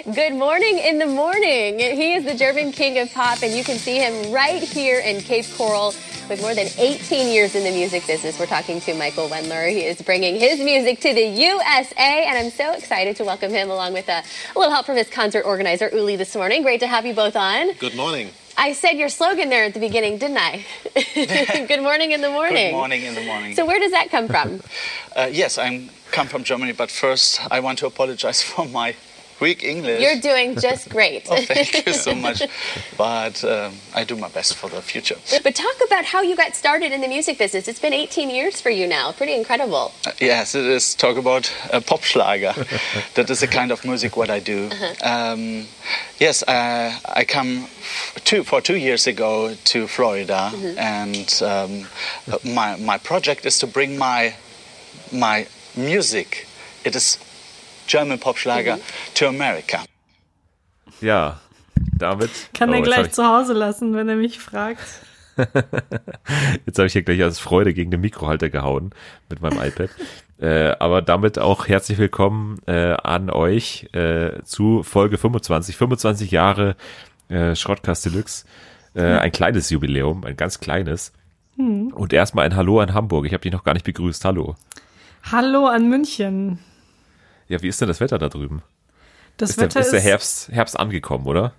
Good morning in the morning. He is the German king of pop, and you can see him right here in Cape Coral with more than 18 years in the music business. We're talking to Michael Wendler. He is bringing his music to the USA, and I'm so excited to welcome him along with a little help from his concert organizer, Uli, this morning. Great to have you both on. Good morning. I said your slogan there at the beginning, didn't I? Good morning in the morning. Good morning in the morning. So where does that come from? Yes, I come from Germany, but first I want to apologize for my weak English. You're doing just great. Oh, thank you so much. But I do my best for the future. But talk about how you got started in the music business. It's been 18 years for you now. Pretty incredible. Yes, it is. Talk about Popschlager. That is the kind of music what I do. Yes, I come 2 years ago to Florida, and my project is to bring my music. It is German Popschlager to America. Ja, damit... Kann er gleich zu Hause lassen, wenn er mich fragt. Jetzt habe ich hier gleich als Freude gegen den Mikrohalter gehauen mit meinem iPad. Aber damit auch herzlich willkommen an euch zu Folge 25. 25 Jahre Schrottcast Deluxe. Ein kleines Jubiläum, ein ganz kleines. Und erstmal ein Hallo an Hamburg. Ich habe dich noch gar nicht begrüßt. Hallo. Hallo an München. Ja, wie ist denn das Wetter da drüben? Das Wetter ist der Herbst angekommen, oder?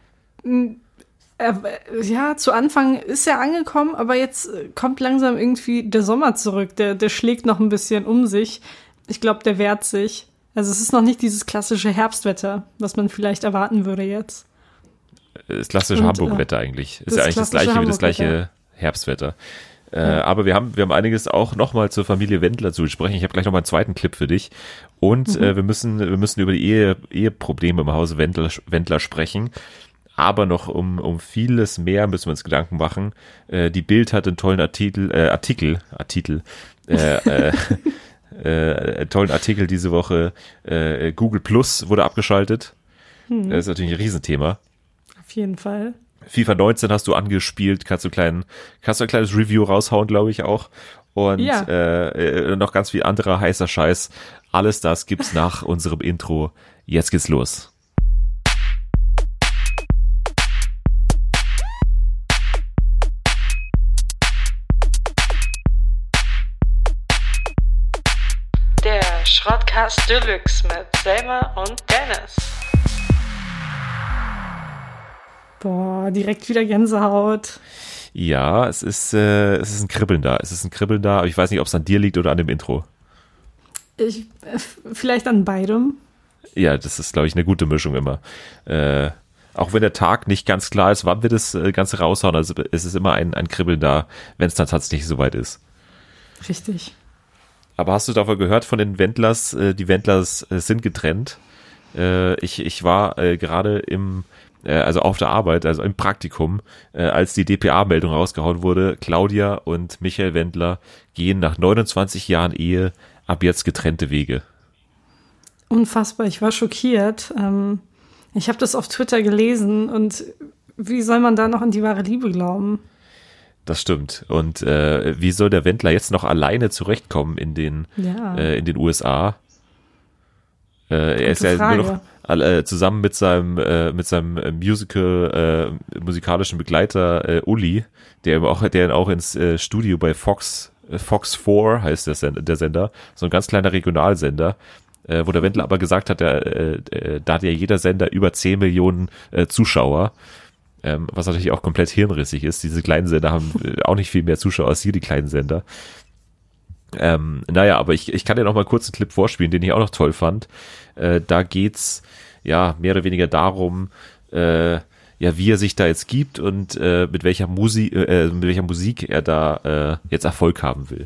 Ja, zu Anfang ist er angekommen, aber jetzt kommt langsam irgendwie der Sommer zurück. Der schlägt noch ein bisschen um sich. Ich glaube, der wehrt sich. Also es ist noch nicht dieses klassische Herbstwetter, was man vielleicht erwarten würde jetzt. Das klassische Hamburg-Wetter eigentlich. Ist ja eigentlich das gleiche wie das gleiche Herbstwetter. Aber wir haben einiges auch nochmal zur Familie Wendler zu besprechen. Ich habe gleich nochmal einen zweiten Clip für dich. Und wir müssen über die Eheprobleme im Hause Wendler sprechen. Aber noch um vieles mehr müssen wir uns Gedanken machen. Die Bild hat einen tollen tollen Artikel diese Woche. Google Plus wurde abgeschaltet. Das ist natürlich ein Riesenthema. Auf jeden Fall. FIFA 19 hast du angespielt, kannst du ein kleines Review raushauen, glaube ich auch. Und noch ganz viel anderer heißer Scheiß. Alles das gibt's nach unserem Intro. Jetzt geht's los. Der Schrottcast Deluxe mit Selma und Dennis. Boah, direkt wieder Gänsehaut. Ja, es ist ein Kribbeln da. Aber ich weiß nicht, ob es an dir liegt oder an dem Intro. Vielleicht an beidem. Ja, das ist, glaube ich, eine gute Mischung immer. Auch wenn der Tag nicht ganz klar ist, wann wir das Ganze raushauen, also es ist immer ein Kribbeln da, wenn es dann tatsächlich soweit ist. Richtig. Aber hast du davon gehört von den Wendlers? Die Wendlers sind getrennt. Ich war gerade also auf der Arbeit, also im Praktikum, als die dpa-Meldung rausgehauen wurde, Claudia und Michael Wendler gehen nach 29 Jahren Ehe ab jetzt getrennte Wege. Unfassbar, ich war schockiert. Ich habe das auf Twitter gelesen und wie soll man da noch an die wahre Liebe glauben? Das stimmt. Und wie soll der Wendler jetzt noch alleine zurechtkommen in den USA? Er ist ja nur noch zusammen mit seinem musikalischen Begleiter Uli, der ihn auch ins Studio bei Fox 4 heißt der Sender, so ein ganz kleiner Regionalsender, wo der Wendler aber gesagt hat, da hat ja jeder Sender über 10 Millionen Zuschauer, was natürlich auch komplett hirnrissig ist. Diese kleinen Sender haben auch nicht viel mehr Zuschauer als hier die kleinen Sender. Aber ich kann dir noch mal kurz einen Clip vorspielen, den ich auch noch toll fand. Da geht's ja mehr oder weniger darum, wie er sich da jetzt gibt und mit welcher Musik er da jetzt Erfolg haben will.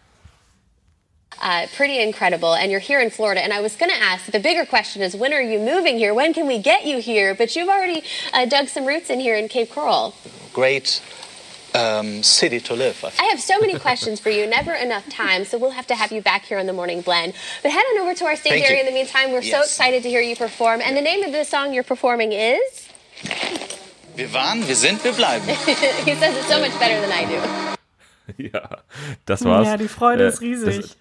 Pretty incredible. And you're here in Florida. And I was going to ask, the bigger question is, when are you moving here? When can we get you here? But you've already dug some roots in here in Cape Coral. Great city to live. I have so many questions for you, never enough time, so we'll have to have you back here on the Morning Blend. But head on over to our stage area in the meantime. We're so excited to hear you perform. And the name of the song you're performing is? Wir waren, wir sind, wir bleiben. He says it so much better than I do. Ja, das war's. Ja, die Freude ist riesig.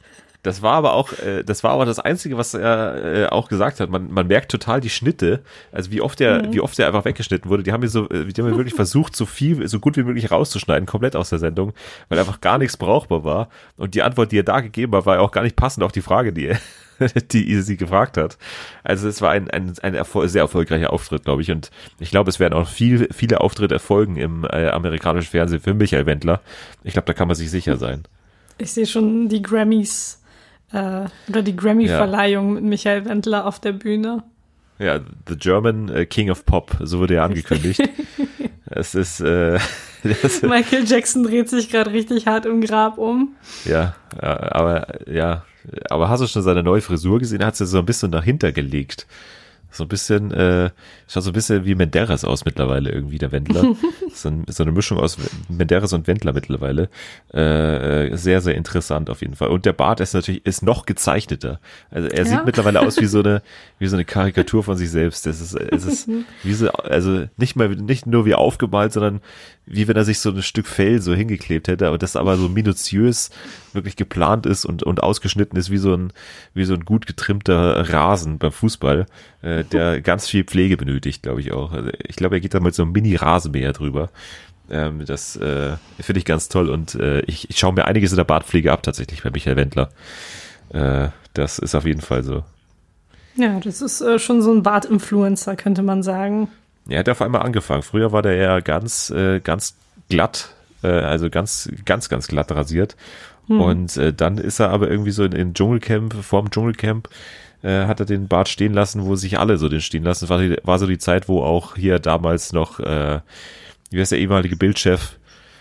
Das war aber das Einzige, was er auch gesagt hat. Man merkt total die Schnitte, also wie oft er einfach weggeschnitten wurde. Die haben mir wirklich versucht, so gut wie möglich rauszuschneiden, komplett aus der Sendung, weil einfach gar nichts brauchbar war. Und die Antwort, die er da gegeben hat, war ja auch gar nicht passend auf die Frage, die sie gefragt hat. Also es war ein sehr erfolgreicher Auftritt, glaube ich. Und ich glaube, es werden auch viele Auftritte erfolgen im amerikanischen Fernsehen für Michael Wendler. Ich glaube, da kann man sich sicher sein. Ich sehe schon die Grammys oder die Grammy-Verleihung mit Michael Wendler auf der Bühne. Ja, The German King of Pop, so wurde er angekündigt. Es ist Michael Jackson dreht sich gerade richtig hart im Grab um. Ja, aber hast du schon seine neue Frisur gesehen? Er hat sie so ein bisschen nach hinten gelegt. So ein bisschen, schaut so ein bisschen wie Menderes aus mittlerweile irgendwie, der Wendler. So eine Mischung aus Menderes und Wendler mittlerweile. Sehr, sehr interessant auf jeden Fall. Und der Bart ist noch gezeichneter. Also er sieht mittlerweile aus wie so eine Karikatur von sich selbst. Es ist wie so, also nicht nur wie aufgemalt, sondern wie wenn er sich so ein Stück Fell so hingeklebt hätte, aber das aber so minutiös wirklich geplant ist und ausgeschnitten ist wie so ein gut getrimmter Rasen beim Fußball, der ganz viel Pflege benötigt, glaube ich auch. Also ich glaube, er geht da mit so einem Mini-Rasenmäher drüber. Das finde ich ganz toll und ich schaue mir einiges in der Bartpflege ab tatsächlich bei Michael Wendler. Das ist auf jeden Fall so. Ja, das ist schon so ein Bart-Influencer, könnte man sagen. Er hat auf einmal angefangen. Früher war der eher ganz glatt, also ganz glatt rasiert. Und dann ist er aber irgendwie so in Dschungelcamp, vorm Dschungelcamp, hat er den Bart stehen lassen, wo sich alle so den stehen lassen. War so die Zeit, wo auch hier damals noch, wie heißt der ehemalige Bildchef?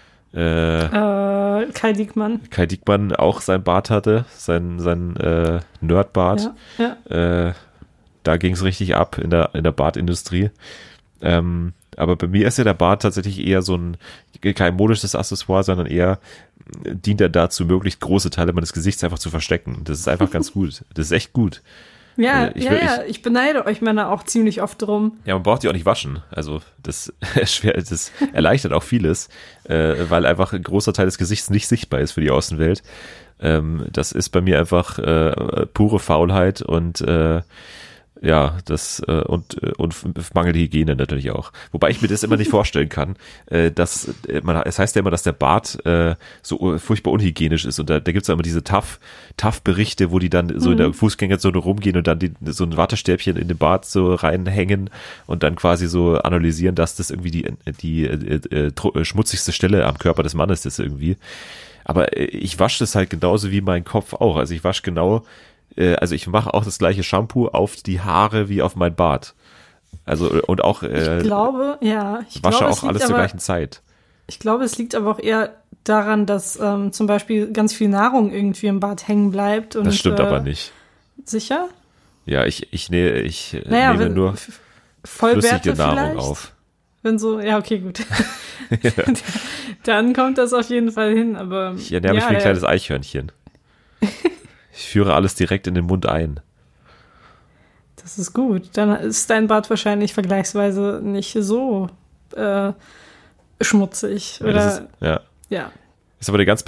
Kai Diekmann. Kai Diekmann auch sein Bart hatte, sein Nerdbart. Ja. Da ging es richtig ab in der Bartindustrie. Aber bei mir ist ja der Bart tatsächlich eher kein modisches Accessoire, sondern eher dient er dazu, möglichst große Teile meines Gesichts einfach zu verstecken. Das ist einfach ganz gut. Das ist echt gut. Ja, ich beneide euch Männer auch ziemlich oft drum. Ja, man braucht die auch nicht waschen. Also das erleichtert auch vieles, weil einfach ein großer Teil des Gesichts nicht sichtbar ist für die Außenwelt. Das ist bei mir einfach pure Faulheit und und mangelnde Hygiene natürlich auch. Wobei ich mir das immer nicht vorstellen kann, es heißt ja immer, dass der Bart so furchtbar unhygienisch ist und da gibt's ja immer diese Tough-Berichte, wo die dann so in der Fußgängerzone rumgehen und dann so ein Wattestäbchen in den Bart so reinhängen und dann quasi so analysieren, dass das irgendwie die schmutzigste Stelle am Körper des Mannes ist irgendwie. Aber ich wasche das halt genauso wie mein Kopf auch. Also ich wasche ich mache auch das gleiche Shampoo auf die Haare wie auf mein Bart. Also und auch wasche auch alles zur gleichen Zeit. Ich glaube, es liegt aber auch eher daran, dass zum Beispiel ganz viel Nahrung irgendwie im Bart hängen bleibt. Und, das stimmt aber nicht. Sicher? Ja, ich nehme nur flüssige Nahrung auf. Wenn so, ja, okay, gut. Ja. Dann kommt das auf jeden Fall hin, aber. Ich ernähre mich wie ein kleines Eichhörnchen. Ich führe alles direkt in den Mund ein. Das ist gut. Dann ist dein Bart wahrscheinlich vergleichsweise nicht so schmutzig. Oder? Ja. Ist aber eine ganz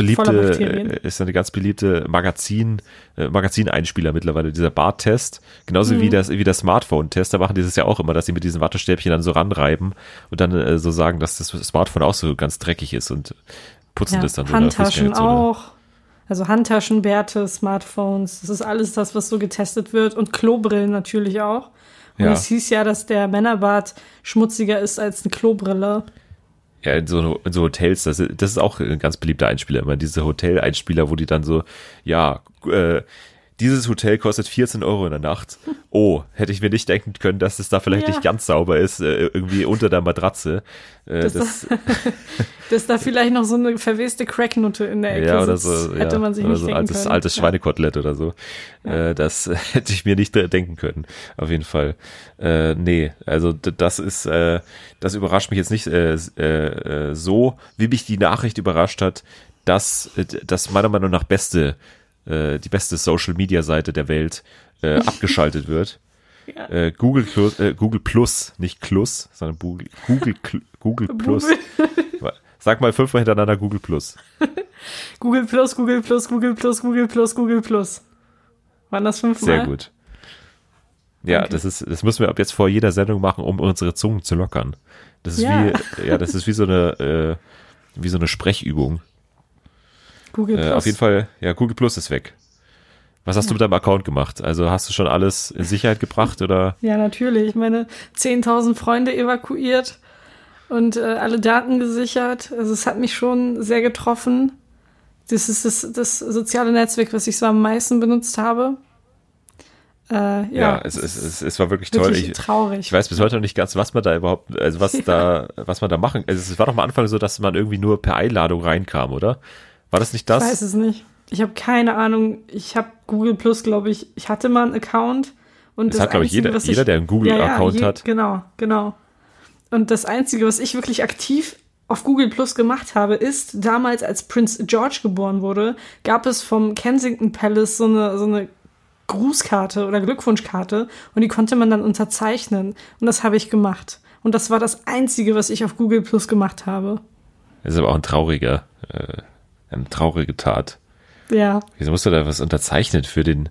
beliebte Magazineinspieler mittlerweile, dieser Barttest. Genauso wie der Smartphone-Test. Da machen die das ja auch immer, dass sie mit diesen Wattestäbchen dann so ranreiben und dann so sagen, dass das Smartphone auch so ganz dreckig ist und putzen das dann so. Handtaschen auch. Also Handtaschen, Bärte, Smartphones, das ist alles das, was so getestet wird. Und Klobrillen natürlich auch. Und es hieß ja, dass der Männerbart schmutziger ist als eine Klobrille. Ja, in so Hotels, das ist auch ein ganz beliebter Einspieler, immer diese Hotel-Einspieler, wo die dann so, dieses Hotel kostet 14 € in der Nacht. Oh, hätte ich mir nicht denken können, dass es da vielleicht nicht ganz sauber ist, irgendwie unter der Matratze. Dass da vielleicht noch so eine verweste Cracknutte in der Ecke sitzt, hätte man sich nicht denken können. Altes Schweinekotelett oder so. Das hätte ich mir nicht denken können, auf jeden Fall. Nee, also das überrascht mich jetzt nicht so, wie mich die Nachricht überrascht hat, dass meiner Meinung nach die beste Social-Media-Seite der Welt abgeschaltet wird. Ja. Google Plus, nicht Klus, sondern Google Plus. Sag mal 5-mal hintereinander Google Plus. Google Plus, Google Plus, Google Plus, Google Plus, Google Plus. Waren das 5 Mal? Sehr gut. Ja, das müssen wir ab jetzt vor jeder Sendung machen, um unsere Zungen zu lockern. Das ist das ist wie so eine Sprechübung. Google Plus. Auf jeden Fall, ja, Google Plus ist weg. Was hast du mit deinem Account gemacht? Also hast du schon alles in Sicherheit gebracht oder? Ja, natürlich. Meine 10.000 Freunde evakuiert und alle Daten gesichert. Also es hat mich schon sehr getroffen. Das ist das soziale Netzwerk, was ich so am meisten benutzt habe. Es war wirklich toll. Traurig. Ich weiß bis heute noch nicht ganz, was man da überhaupt, also was man da machen. Also es war doch am Anfang so, dass man irgendwie nur per Einladung reinkam, oder? War das nicht das? Ich weiß es nicht. Ich habe keine Ahnung. Ich habe Google Plus, glaube ich. Ich hatte mal einen Account. Und das hat, glaube ich, jeder, der einen Google-Account hat. Genau. Und das Einzige, was ich wirklich aktiv auf Google Plus gemacht habe, ist, damals, als Prince George geboren wurde, gab es vom Kensington Palace so eine Grußkarte oder Glückwunschkarte und die konnte man dann unterzeichnen. Und das habe ich gemacht. Und das war das Einzige, was ich auf Google Plus gemacht habe. Das ist aber auch eine traurige Tat. Ja. Wieso musst du da was unterzeichnen für den,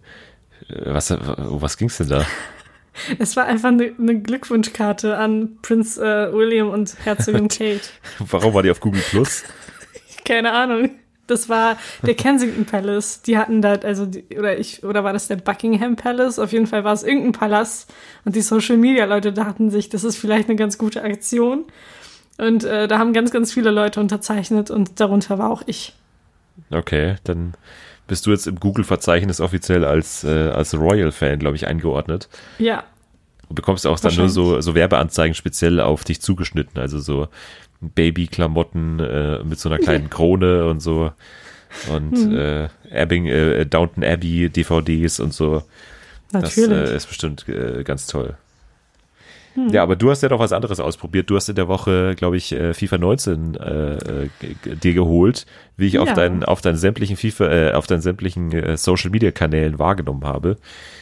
was ging's denn da? Es war einfach eine Glückwunschkarte an Prinz William und Herzogin Kate. Warum war die auf Google Plus? Keine Ahnung. Das war der Kensington Palace. Die hatten da, oder war das der Buckingham Palace? Auf jeden Fall war es irgendein Palast. Und die Social Media Leute dachten sich, das ist vielleicht eine ganz gute Aktion. Und da haben ganz, ganz viele Leute unterzeichnet und darunter war auch ich. Okay, dann bist du jetzt im Google-Verzeichnis offiziell als Royal-Fan, glaube ich, eingeordnet. Ja. Du bekommst auch dann nur so Werbeanzeigen speziell auf dich zugeschnitten, also so Baby-Klamotten mit so einer kleinen Krone und so und Downton Abbey DVDs und so. Natürlich. Das ist bestimmt ganz toll. Ja, aber du hast ja doch was anderes ausprobiert. Du hast in der Woche, glaube ich, FIFA 19 dir geholt, wie ich auf deinen sämtlichen Social Media Kanälen wahrgenommen habe.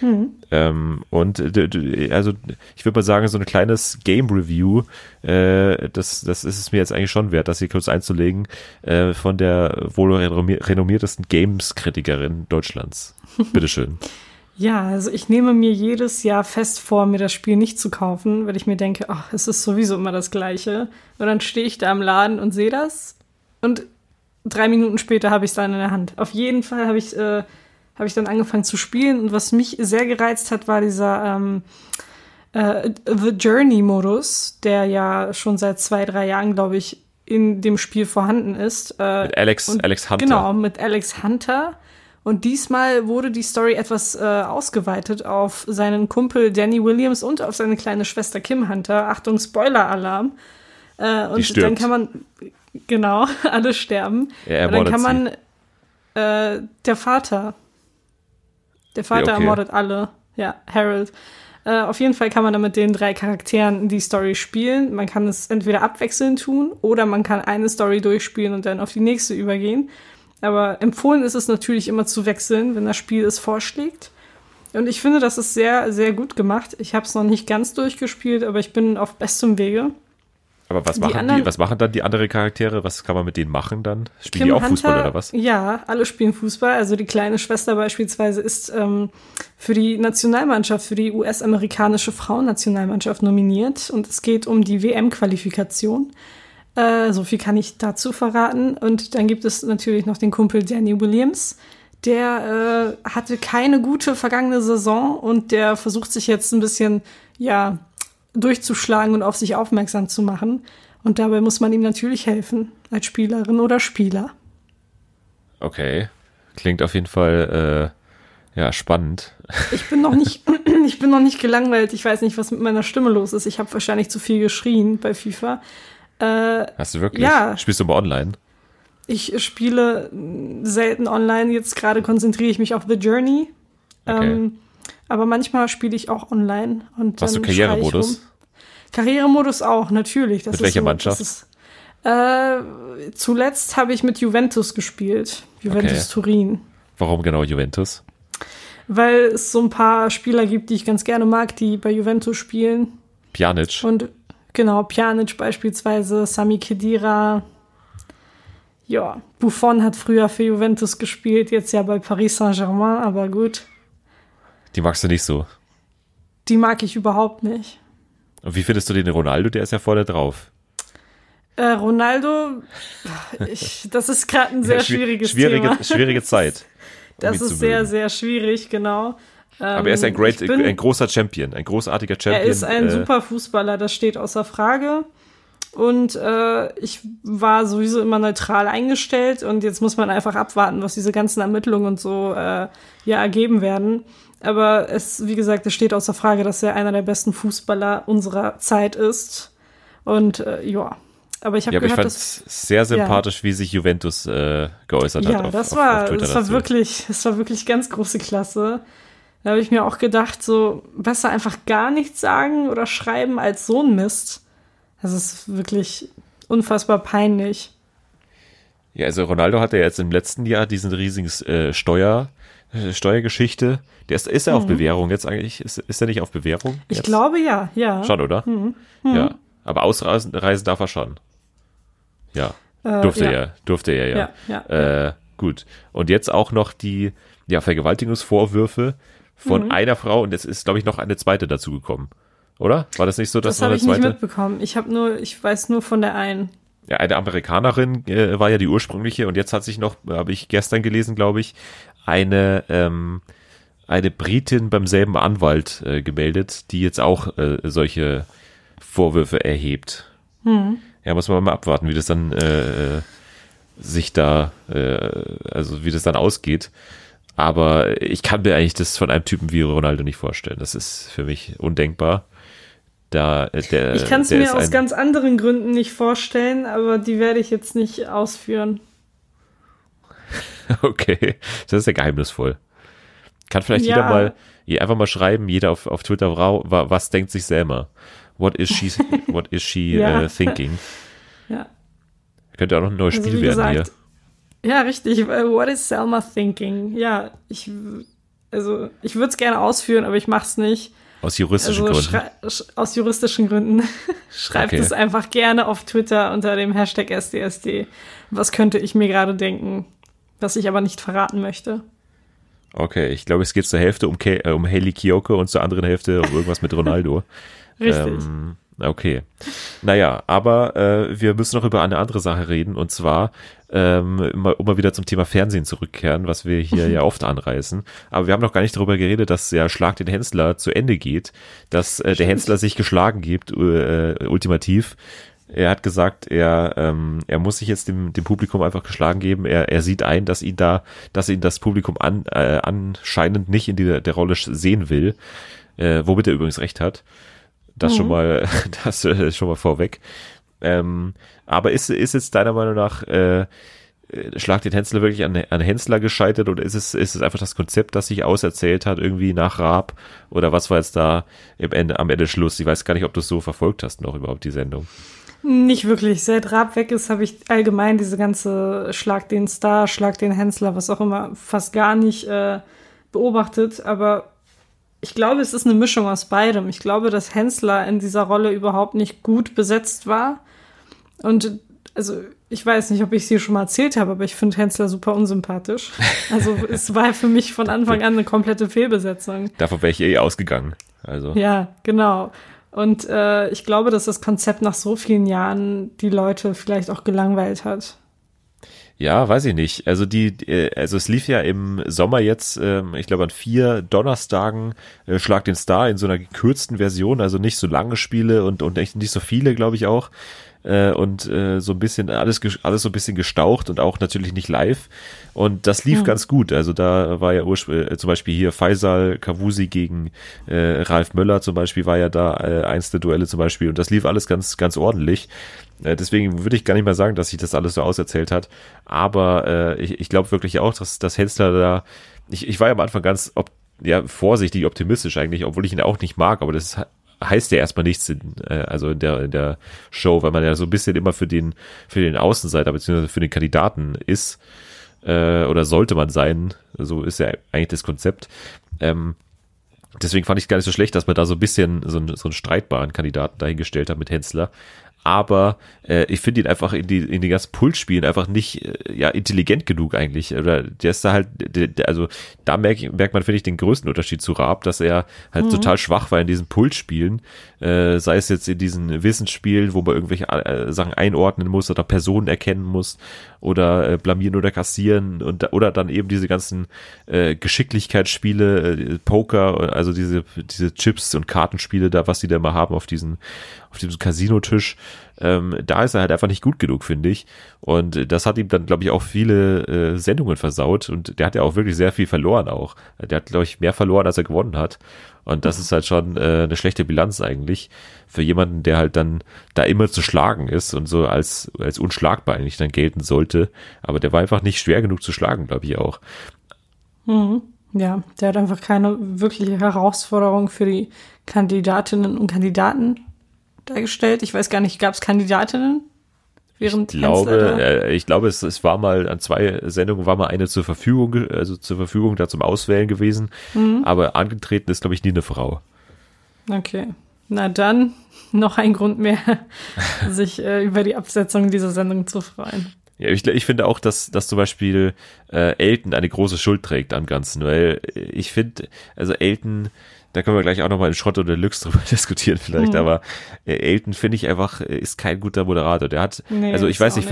Und also ich würde mal sagen, so ein kleines Game Review, das ist es mir jetzt eigentlich schon wert, das hier kurz einzulegen, von der wohl renommiertesten Games-Kritikerin Deutschlands. Bitteschön. Ja, also ich nehme mir jedes Jahr fest vor, mir das Spiel nicht zu kaufen, weil ich mir denke, ach, es ist sowieso immer das Gleiche. Und dann stehe ich da im Laden und sehe das und 3 Minuten später habe ich es dann in der Hand. Auf jeden Fall habe ich dann angefangen zu spielen und was mich sehr gereizt hat, war dieser The Journey-Modus, der ja schon seit 2-3 Jahren, glaube ich, in dem Spiel vorhanden ist. Mit Alex Hunter. Genau, mit Alex Hunter. Und diesmal wurde die Story etwas ausgeweitet auf seinen Kumpel Danny Williams und auf seine kleine Schwester Kim Hunter. Achtung, Spoiler-Alarm. Die stirbt. Dann kann man, genau, alle sterben. Ja, und dann kann man, der Vater ermordet alle. Ja, Harold. Auf jeden Fall kann man dann mit den 3 Charakteren die Story spielen. Man kann es entweder abwechselnd tun oder man kann eine Story durchspielen und dann auf die nächste übergehen. Aber empfohlen ist es natürlich immer zu wechseln, wenn das Spiel es vorschlägt. Und ich finde, das ist sehr, sehr gut gemacht. Ich habe es noch nicht ganz durchgespielt, aber ich bin auf bestem Wege. Aber was machen dann die anderen Charaktere? Was kann man mit denen machen dann? Spielen Kim die auch Hunter, Fußball oder was? Ja, alle spielen Fußball. Also die kleine Schwester beispielsweise ist für die Nationalmannschaft, für die US-amerikanische Frauennationalmannschaft nominiert. Und es geht um die WM-Qualifikation. So viel kann ich dazu verraten. Und dann gibt es natürlich noch den Kumpel Danny Williams. Der hatte keine gute vergangene Saison und der versucht sich jetzt ein bisschen, durchzuschlagen und auf sich aufmerksam zu machen. Und dabei muss man ihm natürlich helfen, als Spielerin oder Spieler. Okay, klingt auf jeden Fall spannend. Ich bin noch nicht gelangweilt. Ich weiß nicht, was mit meiner Stimme los ist. Ich habe wahrscheinlich zu viel geschrien bei FIFA. Hast du wirklich? Ja. Spielst du mal online? Ich spiele selten online. Jetzt gerade konzentriere ich mich auf The Journey. Okay. Aber manchmal spiele ich auch online. Und hast du Karrieremodus? Karrieremodus auch, natürlich. Mit welcher Mannschaft? Zuletzt habe ich mit Juventus gespielt. Juventus Turin. Warum genau Juventus? Weil es so ein paar Spieler gibt, die ich ganz gerne mag, die bei Juventus spielen. Pjanic. Und genau, Pjanic beispielsweise, Sami Khedira. ja, Buffon hat früher für Juventus gespielt, jetzt ja bei Paris Saint-Germain, aber gut. Die magst du nicht so. Die mag ich überhaupt nicht. Und wie findest du den Ronaldo? Der ist ja vorne drauf. Ronaldo, das ist gerade ein sehr schwieriges Thema. Schwierige Zeit. Das ist sehr, sehr schwierig, genau. Aber er ist ein großer Champion, ein großartiger Champion. Er ist ein super Fußballer, das steht außer Frage. Und ich war sowieso immer neutral eingestellt und jetzt muss man einfach abwarten, was diese ganzen Ermittlungen und so ergeben werden. Aber wie gesagt, es steht außer Frage, dass er einer der besten Fußballer unserer Zeit ist. Und aber ich habe gehört, ich fand es sehr sympathisch, wie sich Juventus geäußert hat. Ja, das war wirklich ganz große Klasse. Da habe ich mir auch gedacht, so besser einfach gar nichts sagen oder schreiben als so ein Mist. Das ist wirklich unfassbar peinlich. Ja, also Ronaldo hatte ja jetzt im letzten Jahr diesen riesigen Steuergeschichte. Ist er auf Bewährung jetzt eigentlich? Ist er nicht auf Bewährung? Ich glaube ja. Schon, oder? Ja. Aber ausreisen darf er schon. Ja. Durfte er ja. Gut. Und jetzt auch noch die Vergewaltigungsvorwürfe von einer Frau und jetzt ist, glaube ich, noch eine zweite dazugekommen. Oder? War das nicht so, dass das habe ich nicht mitbekommen. Ich weiß nur von der einen. Ja, eine Amerikanerin war ja die ursprüngliche und jetzt hat sich noch, habe ich gestern gelesen, glaube ich, eine Britin beim selben Anwalt gemeldet, die jetzt auch solche Vorwürfe erhebt. Ja, muss man mal abwarten, wie das dann wie das dann ausgeht. Aber ich kann mir eigentlich das von einem Typen wie Ronaldo nicht vorstellen. Das ist für mich undenkbar. Ich kann es mir aus ganz anderen Gründen nicht vorstellen, aber die werde ich jetzt nicht ausführen. Okay, das ist ja geheimnisvoll. Kann vielleicht jeder einfach mal schreiben, jeder auf Twitter, was denkt sich Selma? What is she thinking? Ja. Könnte auch noch ein neues Spiel werden hier. Ja, richtig. What is Selma thinking? Ja, ich würde es gerne ausführen, aber ich mache es nicht. Aus juristischen Gründen. Aus juristischen Gründen. Schreibt es einfach gerne auf Twitter unter dem Hashtag SDSD. Was könnte ich mir gerade denken, was ich aber nicht verraten möchte? Okay, ich glaube, es geht zur Hälfte um Hayley Kiyoko und zur anderen Hälfte um irgendwas mit Ronaldo. Richtig. Okay. Naja, aber wir müssen noch über eine andere Sache reden und zwar, um mal wieder zum Thema Fernsehen zurückkehren, was wir hier ja oft anreißen. Aber wir haben noch gar nicht darüber geredet, dass ja Schlag den Hensler zu Ende geht, dass der Hensler sich geschlagen gibt, ultimativ. Er hat gesagt, er muss sich jetzt dem Publikum einfach geschlagen geben. Er sieht ein, dass ihn das Publikum anscheinend nicht in der Rolle sehen will, womit er übrigens recht hat. Das schon mal vorweg. Aber ist jetzt deiner Meinung nach Schlag den Hensler wirklich an Hensler gescheitert oder ist es einfach das Konzept, das sich auserzählt hat, irgendwie nach Raab? Oder was war jetzt da am Ende Schluss? Ich weiß gar nicht, ob du es so verfolgt hast noch überhaupt, die Sendung. Nicht wirklich. Seit Raab weg ist, habe ich allgemein diese ganze Schlag den Star, Schlag den Hensler, was auch immer, fast gar nicht beobachtet. Aber ich glaube, es ist eine Mischung aus beidem. Ich glaube, dass Hensler in dieser Rolle überhaupt nicht gut besetzt war. Und also ich weiß nicht, ob ich es hier schon mal erzählt habe, aber ich finde Hensler super unsympathisch. Also es war für mich von Anfang an eine komplette Fehlbesetzung. Davon wäre ich ausgegangen. Also. Ja, genau. Und ich glaube, dass das Konzept nach so vielen Jahren die Leute vielleicht auch gelangweilt hat. Ja, weiß ich nicht. Also es lief ja im Sommer jetzt, ich glaube an 4 Donnerstagen Schlag den Star in so einer gekürzten Version, also nicht so lange Spiele und echt nicht so viele, glaube ich auch. Und so ein bisschen alles so ein bisschen gestaucht und auch natürlich nicht live. Und das lief ganz gut. Also da war ja zum Beispiel hier Faisal Kavusi gegen Ralf Möller zum Beispiel war ja da eins der Duelle zum Beispiel. Und das lief alles ganz, ganz ordentlich. Deswegen würde ich gar nicht mal sagen, dass sich das alles so auserzählt hat. Aber ich glaube wirklich auch, dass Hensler da, ich war ja am Anfang ganz vorsichtig optimistisch eigentlich, obwohl ich ihn auch nicht mag, aber das heißt ja erstmal nichts in der Show, weil man ja so ein bisschen immer für den Außenseiter bzw. für den Kandidaten ist oder sollte man sein. So ist ja eigentlich das Konzept. Deswegen fand ich es gar nicht so schlecht, dass man da so ein bisschen so einen streitbaren Kandidaten dahingestellt hat mit Hensler. aber ich finde ihn einfach in den ganzen Pulsspielen einfach nicht intelligent genug eigentlich. Oder der ist da halt, also da merkt man, finde ich, den größten Unterschied zu Raab, dass er halt total schwach war in diesen Pulsspielen, sei es jetzt in diesen Wissensspielen, wo man irgendwelche Sachen einordnen muss oder Personen erkennen muss oder blamieren oder kassieren oder dann eben diese ganzen Geschicklichkeitsspiele, Poker, also diese Chips und Kartenspiele da, was die da mal haben auf diesem Casinotisch. Da ist er halt einfach nicht gut genug, finde ich. Und das hat ihm dann, glaube ich, auch viele Sendungen versaut. Und der hat ja auch wirklich sehr viel verloren auch. Der hat, glaube ich, mehr verloren, als er gewonnen hat. Und das ist halt schon eine schlechte Bilanz eigentlich für jemanden, der halt dann da immer zu schlagen ist und so als unschlagbar eigentlich dann gelten sollte. Aber der war einfach nicht schwer genug zu schlagen, glaube ich auch. Ja, der hat einfach keine wirkliche Herausforderung für die Kandidatinnen und Kandidaten dargestellt. Ich weiß gar nicht, gab es Kandidatinnen? Ich glaube, es war mal an 2 Sendungen war mal eine zur Verfügung da zum Auswählen gewesen, aber angetreten ist, glaube ich, nie eine Frau. Okay, na dann noch ein Grund mehr, sich über die Absetzung dieser Sendung zu freuen. Ja, ich finde auch, dass zum Beispiel Elton eine große Schuld trägt am Ganzen, weil ich finde, also Elton, da können wir gleich auch nochmal in Schrott oder Deluxe drüber diskutieren vielleicht, aber Elton, finde ich einfach, ist kein guter Moderator. Der hat, also ich habe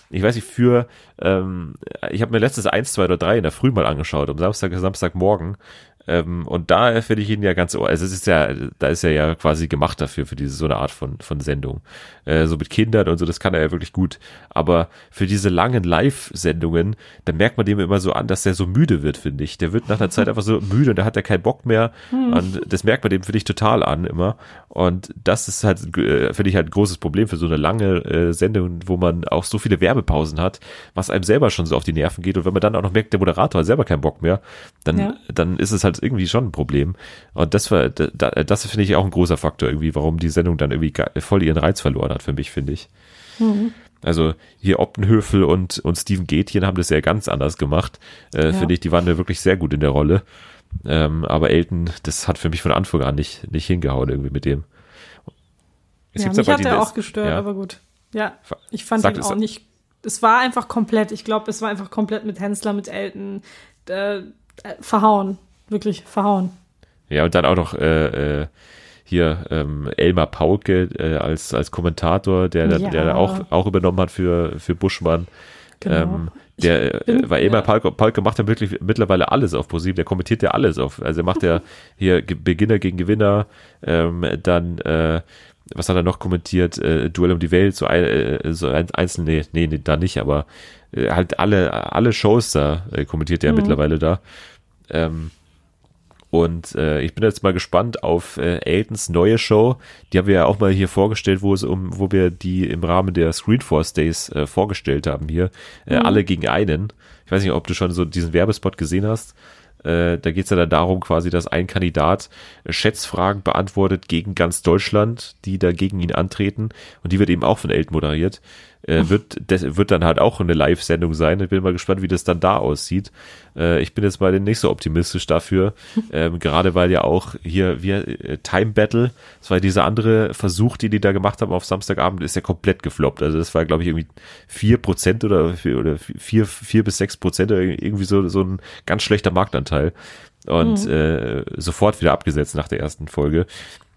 mir letztes 1, 2 oder 3 in der Früh mal angeschaut, am Samstagmorgen. Und da finde ich ihn ja ganz, also da ist er ja quasi gemacht dafür, für so eine Art von Sendung. So mit Kindern und so, das kann er ja wirklich gut. Aber für diese langen Live-Sendungen, da merkt man dem immer so an, dass er so müde wird, finde ich. Der wird nach einer Zeit einfach so müde und da hat er keinen Bock mehr. Und das merkt man dem, finde ich, total an immer. Und das ist halt, finde ich, halt ein großes Problem für so eine lange Sendung, wo man auch so viele Werbepausen hat, was einem selber schon so auf die Nerven geht. Und wenn man dann auch noch merkt, der Moderator hat selber keinen Bock mehr, dann ist es halt irgendwie schon ein Problem. Und das finde ich auch ein großer Faktor irgendwie, warum die Sendung dann irgendwie voll ihren Reiz verloren hat für mich, finde ich. Also hier Optenhöfel und Steven Gätjen haben das ja ganz anders gemacht. Finde ich, die waren ja wirklich sehr gut in der Rolle. Aber Elton, das hat für mich von Anfang an nicht hingehauen irgendwie mit dem. Mich hat er auch gestört, aber gut. Ja, ich fand ihn auch nicht. Es war einfach komplett, ich glaube, es war einfach komplett mit Hensler, mit Elton verhauen. Wirklich verhauen. Ja, und dann auch noch Elmar Paulke als Kommentator, der auch übernommen hat für Buschmann. Genau. Weil Elmar Paulke macht ja wirklich mittlerweile alles auf ProSieben, der kommentiert ja alles auf. Also er macht ja hier Beginner gegen Gewinner, dann was hat er noch kommentiert? Duell um die Welt, so einzelne, nee, da nicht, aber halt alle Shows da kommentiert er mittlerweile da. Und ich bin jetzt mal gespannt auf Eltons neue Show. Die haben wir ja auch mal hier vorgestellt, wo wir die im Rahmen der Screenforce Days vorgestellt haben hier. Alle gegen einen. Ich weiß nicht, ob du schon so diesen Werbespot gesehen hast. Da geht es ja dann darum quasi, dass ein Kandidat Schätzfragen beantwortet gegen ganz Deutschland, die da gegen ihn antreten. Und die wird eben auch von Elton moderiert. Wird dann halt auch eine Live-Sendung sein. Ich bin mal gespannt, wie das dann da aussieht. Ich bin jetzt mal nicht so optimistisch dafür, gerade weil ja auch hier Time Battle, das war dieser andere Versuch, die da gemacht haben auf Samstagabend, ist ja komplett gefloppt. Also das war, glaube ich, irgendwie 4% oder 4 bis 6%, oder irgendwie so ein ganz schlechter Marktanteil und sofort wieder abgesetzt nach der ersten Folge.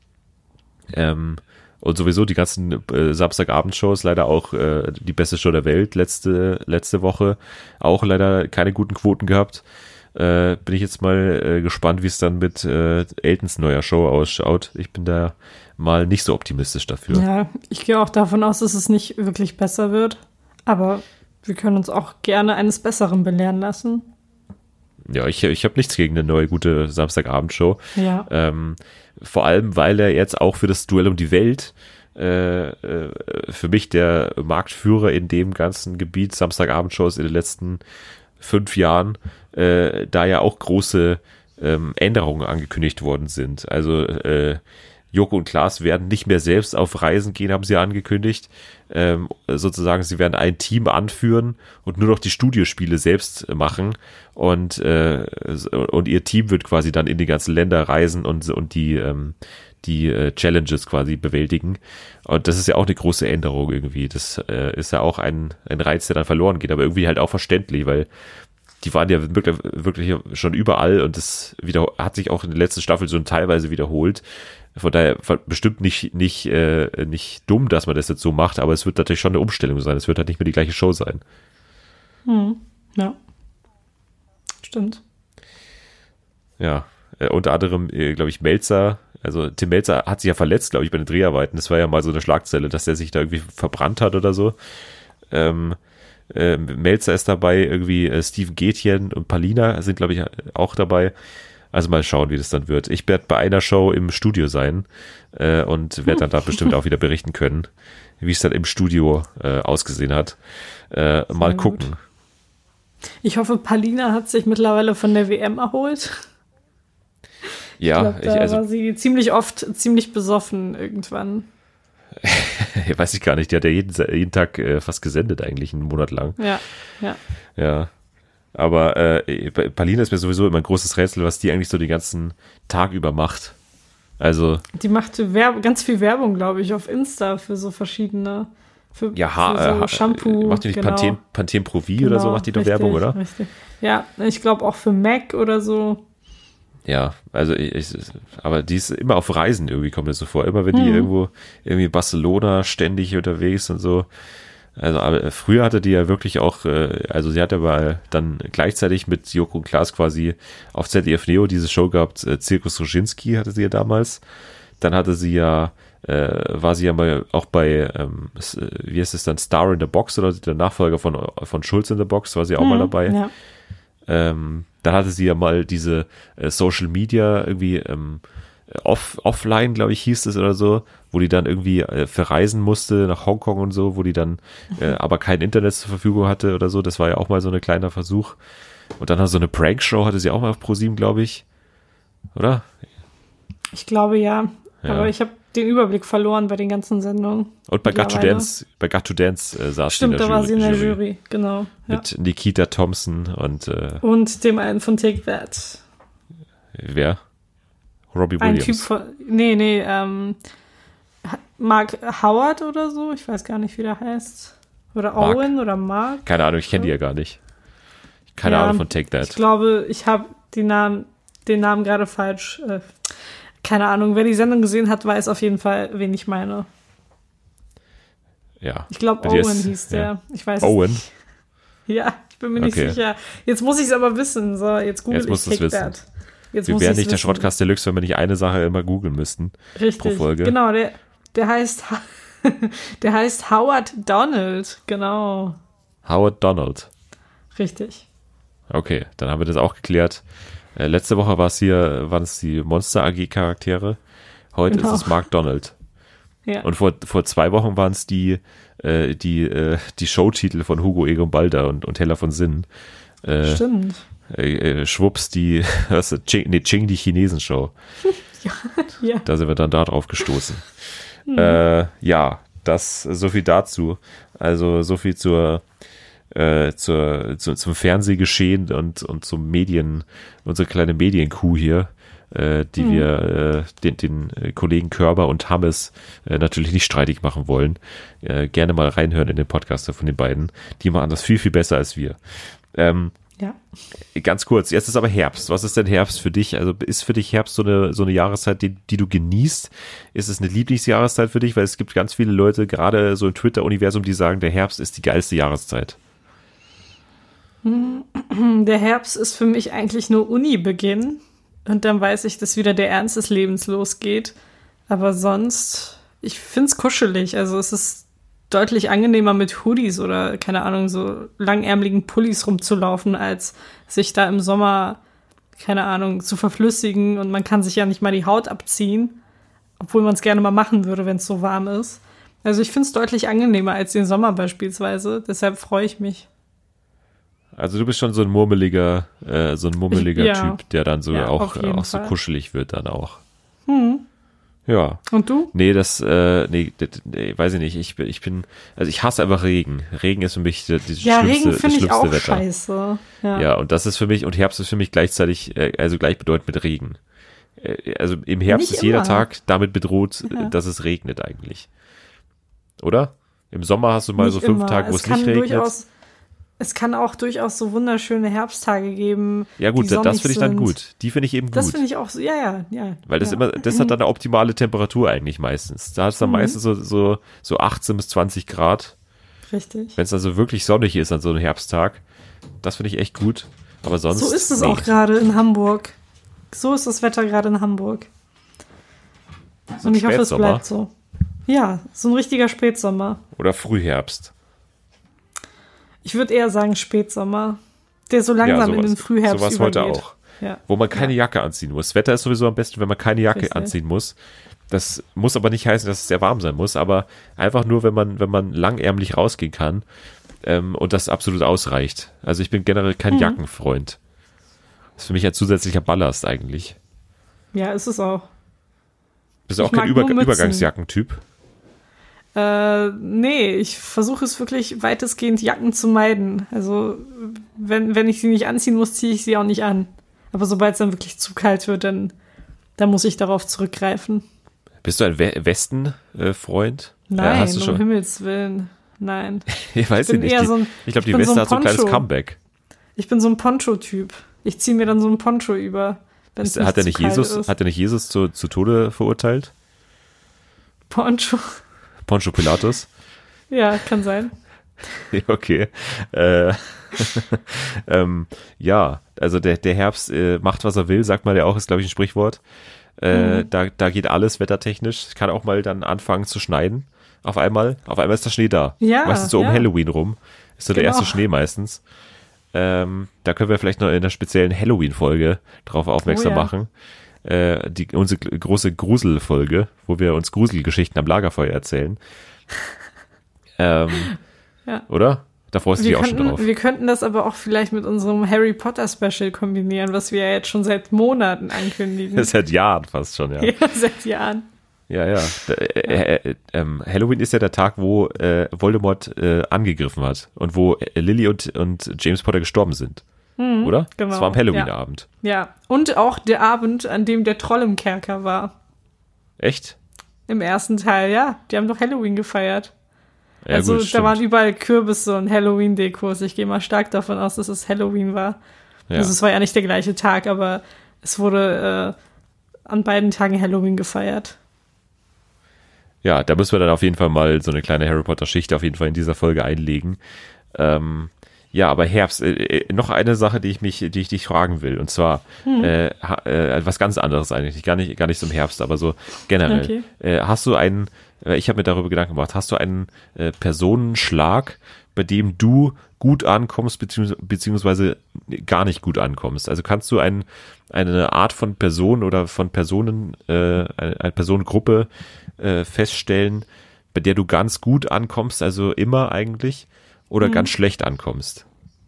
Und sowieso die ganzen Samstagabendshows, leider auch die beste Show der Welt letzte Woche, auch leider keine guten Quoten gehabt. Bin ich jetzt mal gespannt, wie es dann mit Eltons neuer Show ausschaut. Ich bin da mal nicht so optimistisch dafür. Ja, ich gehe auch davon aus, dass es nicht wirklich besser wird. Aber wir können uns auch gerne eines Besseren belehren lassen. Ja, ich habe nichts gegen eine neue, gute Samstagabendshow. Ja. Vor allem, weil er jetzt auch für das Duell um die Welt für mich der Marktführer in dem ganzen Gebiet Samstagabendshows in den letzten 5 Jahren, da ja auch große Änderungen angekündigt worden sind. Also Joko und Klaas werden nicht mehr selbst auf Reisen gehen, haben sie ja angekündigt. Sozusagen, sie werden ein Team anführen und nur noch die Studiospiele selbst machen und ihr Team wird quasi dann in die ganzen Länder reisen und die Challenges quasi bewältigen. Und das ist ja auch eine große Änderung irgendwie. Das ist ja auch ein Reiz, der dann verloren geht, aber irgendwie halt auch verständlich, weil die waren ja wirklich schon überall und das hat sich auch in der letzten Staffel so teilweise wiederholt. Von daher bestimmt nicht dumm, dass man das jetzt so macht, aber es wird natürlich schon eine Umstellung sein. Es wird halt nicht mehr die gleiche Show sein. Ja. Stimmt. Ja, unter anderem, glaube ich, Melzer. Also Tim Melzer hat sich ja verletzt, glaube ich, bei den Dreharbeiten. Das war ja mal so eine Schlagzeile, dass er sich da irgendwie verbrannt hat oder so. Melzer ist dabei, irgendwie Steven Gätjen und Palina sind, glaube ich, auch dabei. Also mal schauen, wie das dann wird. Ich werde bei einer Show im Studio sein und werde dann da bestimmt auch wieder berichten können, wie es dann im Studio ausgesehen hat. Mal gucken. Ich hoffe, Palina hat sich mittlerweile von der WM erholt. Ja, ich glaube, da war sie ziemlich oft ziemlich besoffen irgendwann. Weiß ich gar nicht, die hat ja jeden Tag fast gesendet eigentlich, einen Monat lang. Ja. Aber Palina ist mir sowieso immer ein großes Rätsel, was die eigentlich so den ganzen Tag über macht. Also die macht ganz viel Werbung, glaube ich, auf Insta für so verschiedene für so Shampoo. Macht die nicht Pantene Pro V oder so, macht die doch Werbung, oder? Richtig. Ja, ich glaube auch für MAC oder so. Ja, also aber die ist immer auf Reisen irgendwie, kommt mir so vor. Immer wenn die irgendwie Barcelona ständig unterwegs und so. Also aber früher hatte die ja wirklich auch, also sie hat aber dann gleichzeitig mit Joko und Klaas quasi auf ZDF Neo diese Show gehabt, Zirkus Roginski hatte sie ja damals. Dann hatte sie ja, war sie ja mal auch bei, wie heißt es dann, Star in the Box oder der Nachfolger von Schulz in the Box, war sie auch mal dabei. Ja. Dann hatte sie ja mal diese Social Media irgendwie offline, glaube ich, hieß es oder so, wo die dann irgendwie verreisen musste nach Hongkong und so, wo die dann aber kein Internet zur Verfügung hatte oder so. Das war ja auch mal so ein kleiner Versuch. Und dann so eine Prankshow hatte sie auch mal auf ProSieben, glaube ich. Oder? Ich glaube ja. Aber ich habe den Überblick verloren bei den ganzen Sendungen. Und bei Got to Dance saß sie in der Jury. Stimmt, da war sie in der Jury, genau. Ja. Mit Nikita Thompson und dem einen von Take That. Wer? Robbie Williams. Ein Typ von, Mark Howard oder so, ich weiß gar nicht, wie der heißt. Oder Mark. Owen oder Mark. Keine Ahnung, ich kenne die ja gar nicht. Keine Ahnung von Take That. Ich glaube, ich habe den Namen gerade falsch. Keine Ahnung, wer die Sendung gesehen hat, weiß auf jeden Fall, wen ich meine. Ja. Ich glaube, Owen hieß der. Ja. Ich weiß Owen? es nicht. Ja, ich bin mir nicht sicher. Jetzt muss ich es aber wissen. So, jetzt google ich Take That. Wir wären nicht der Shortcast Deluxe, wenn wir nicht eine Sache immer googeln müssten. Richtig. Pro Folge. Genau, der heißt der heißt Howard Donald, genau. Howard Donald. Richtig. Okay, dann haben wir das auch geklärt. Letzte Woche waren es die Monster AG Charaktere. Heute ist es Mark Donald. Ja. Und vor 2 Wochen waren es die Showtitel von Hugo Egon Balder und Hella von Sinn. Stimmt. Schwupps, Ching, die Chinesen-Show. Ja. Da sind wir dann da drauf gestoßen. Ja, das so viel dazu. Also so viel zum Fernsehgeschehen und zum unsere kleine Medienkuh hier, die wir den Kollegen Körber und Hammes natürlich nicht streitig machen wollen. Gerne mal reinhören in den Podcast von den beiden. Die machen das viel, viel besser als wir. Ja. Ganz kurz, jetzt ist aber Herbst. Was ist denn Herbst für dich? Also ist für dich Herbst so eine Jahreszeit, die du genießt? Ist es eine Lieblingsjahreszeit für dich? Weil es gibt ganz viele Leute, gerade so im Twitter-Universum, die sagen, der Herbst ist die geilste Jahreszeit. Der Herbst ist für mich eigentlich nur Uni-Beginn. Und dann weiß ich, dass wieder der Ernst des Lebens losgeht. Aber sonst, ich finde es kuschelig. Also es ist deutlich angenehmer mit Hoodies oder, keine Ahnung, so langärmeligen Pullis rumzulaufen, als sich da im Sommer, keine Ahnung, zu verflüssigen. Und man kann sich ja nicht mal die Haut abziehen, obwohl man es gerne mal machen würde, wenn es so warm ist. Also ich finde es deutlich angenehmer als den Sommer beispielsweise. Deshalb freue ich mich. Also du bist schon so ein murmeliger Typ, der dann so auch so kuschelig wird dann auch. Ja. Und du? Nee, nee, weiß ich nicht. Ich hasse einfach Regen. Regen ist für mich das Regen finde ich auch Wetter. scheiße. Ja, und das ist für mich, und Herbst ist für mich gleichzeitig, gleichbedeutend mit Regen. Also im Herbst Nicht ist jeder immer. Tag damit bedroht, dass es regnet eigentlich. Oder? Im Sommer hast du mal Nicht so 5 immer. Tage, wo es nicht regnet. Es kann auch durchaus so wunderschöne Herbsttage geben. Ja gut, die das sonnig finde ich dann sind. gut. Die finde ich eben gut. Das finde ich auch so, ja. Weil das das hat dann eine optimale Temperatur eigentlich meistens. Da hast du dann meistens so 18 bis 20 Grad. Richtig. Wenn es also wirklich sonnig ist an so einem Herbsttag. Das finde ich echt gut. Aber sonst. So ist es auch gerade in Hamburg. So ist das Wetter gerade in Hamburg. Und ich hoffe, es Spätsommer. bleibt so. Ja, so ein richtiger Spätsommer. Oder Frühherbst. Ich würde eher sagen Spätsommer, der so langsam in den Frühherbst sowas übergeht. heute auch. Ja. Wo man keine Jacke anziehen muss. Das Wetter ist sowieso am besten, wenn man keine Jacke Richtig. anziehen muss. Das muss aber nicht heißen, dass es sehr warm sein muss, aber einfach nur, wenn man langärmlich rausgehen kann und das absolut ausreicht. Also ich bin generell kein Jackenfreund. Das ist für mich ein zusätzlicher Ballast eigentlich. Ja, ist es auch. Bist du auch Ich kein mag nur Mützen. Übergangsjackentyp? Nee, ich versuche es wirklich weitestgehend Jacken zu meiden. Also wenn ich sie nicht anziehen muss, ziehe ich sie auch nicht an. Aber sobald es dann wirklich zu kalt wird, dann muss ich darauf zurückgreifen. Bist du ein Westenfreund? Nein, hast du schon? um Himmels Willen. Nein. Ich weiß bin nicht. eher so ein- Ich glaube, ich die bin so Weste ein hat so ein kleines Poncho. Comeback. Ich bin so ein Poncho-Typ. Ich ziehe mir dann so ein Poncho über, wenn es Hat er zu nicht kalt Jesus, ist. hat er nicht Jesus zu Tode verurteilt? Poncho. Poncho Pilatus? Ja, kann sein. Okay. Ja, also der Herbst macht, was er will, sagt man ja auch, ist glaube ich ein Sprichwort. Da geht alles wettertechnisch. Kann auch mal dann anfangen zu schneiden. Auf einmal ist der Schnee da. Ja, Meistens so um ja. Halloween rum. Ist so der Genau. erste Schnee meistens. Da können wir vielleicht noch in einer speziellen Halloween-Folge drauf aufmerksam Oh ja. machen. Unsere große Gruselfolge, wo wir uns Gruselgeschichten am Lagerfeuer erzählen. Ja. Oder? Da freust du dich auch schon drauf. Wir könnten das aber auch vielleicht mit unserem Harry Potter Special kombinieren, was wir ja jetzt schon seit Monaten ankündigen. Seit Jahren fast schon, ja. Ja, seit Jahren. Ja. Halloween ist ja der Tag, wo Voldemort angegriffen hat und wo Lily und James Potter gestorben sind. Oder? genau, Das war am Halloween-Abend. Ja, und auch der Abend, an dem der Troll im Kerker war. Echt? Im ersten Teil, ja. Die haben doch Halloween gefeiert. Ja, also gut, da stimmt. waren überall Kürbisse und Halloween-Dekos. Ich gehe mal stark davon aus, dass es Halloween war. Ja. Also es war ja nicht der gleiche Tag, aber es wurde an beiden Tagen Halloween gefeiert. Ja, da müssen wir dann auf jeden Fall mal so eine kleine Harry Potter-Schicht auf jeden Fall in dieser Folge einlegen. Ja, aber Herbst, noch eine Sache, die ich dich fragen will, und zwar was ganz anderes eigentlich, gar nicht so im Herbst, aber so generell. Okay. Hast du ich habe mir darüber Gedanken gemacht, hast du einen Personenschlag, bei dem du gut ankommst, beziehungsweise gar nicht gut ankommst? Also kannst du eine Art von Person oder von Personen, eine Personengruppe feststellen, bei der du ganz gut ankommst, also immer eigentlich, oder ganz schlecht ankommst?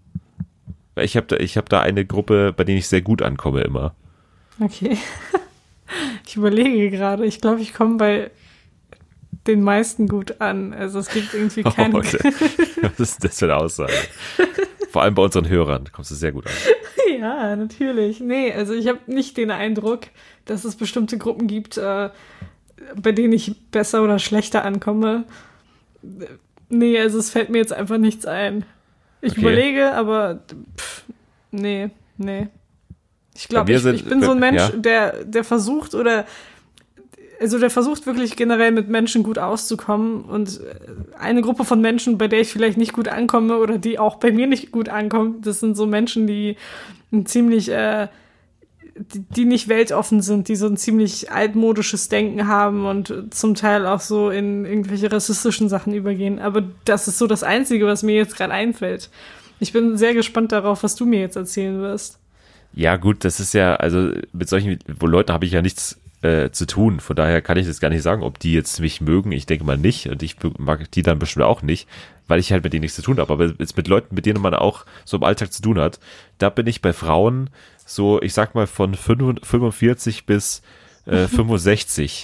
Ich hab da eine Gruppe, bei denen ich sehr gut ankomme immer. Okay. Ich überlege gerade. Ich glaube, ich komme bei den meisten gut an. Also es gibt irgendwie keine... Was ist das für eine Aussage? Vor allem bei unseren Hörern kommst du sehr gut an. Ja, natürlich. Nee, also ich habe nicht den Eindruck, dass es bestimmte Gruppen gibt, bei denen ich besser oder schlechter ankomme. Nee, also es fällt mir jetzt einfach nichts ein. Ich Okay. überlege, aber nee. Ich glaube, Bei mir ich bin so ein Mensch, ja. der versucht der versucht wirklich generell mit Menschen gut auszukommen, und eine Gruppe von Menschen, bei der ich vielleicht nicht gut ankomme oder die auch bei mir nicht gut ankommt, das sind so Menschen, die ziemlich, die nicht weltoffen sind, die so ein ziemlich altmodisches Denken haben und zum Teil auch so in irgendwelche rassistischen Sachen übergehen. Aber das ist so das Einzige, was mir jetzt gerade einfällt. Ich bin sehr gespannt darauf, was du mir jetzt erzählen wirst. Ja gut, das ist ja, also mit solchen Leuten habe ich ja nichts zu tun. Von daher kann ich das gar nicht sagen, ob die jetzt mich mögen. Ich denke mal nicht. Und ich mag die dann bestimmt auch nicht, weil ich halt mit denen nichts zu tun habe. Aber jetzt mit Leuten, mit denen man auch so im Alltag zu tun hat, da bin ich bei Frauen so, ich sag mal von 45 bis 65.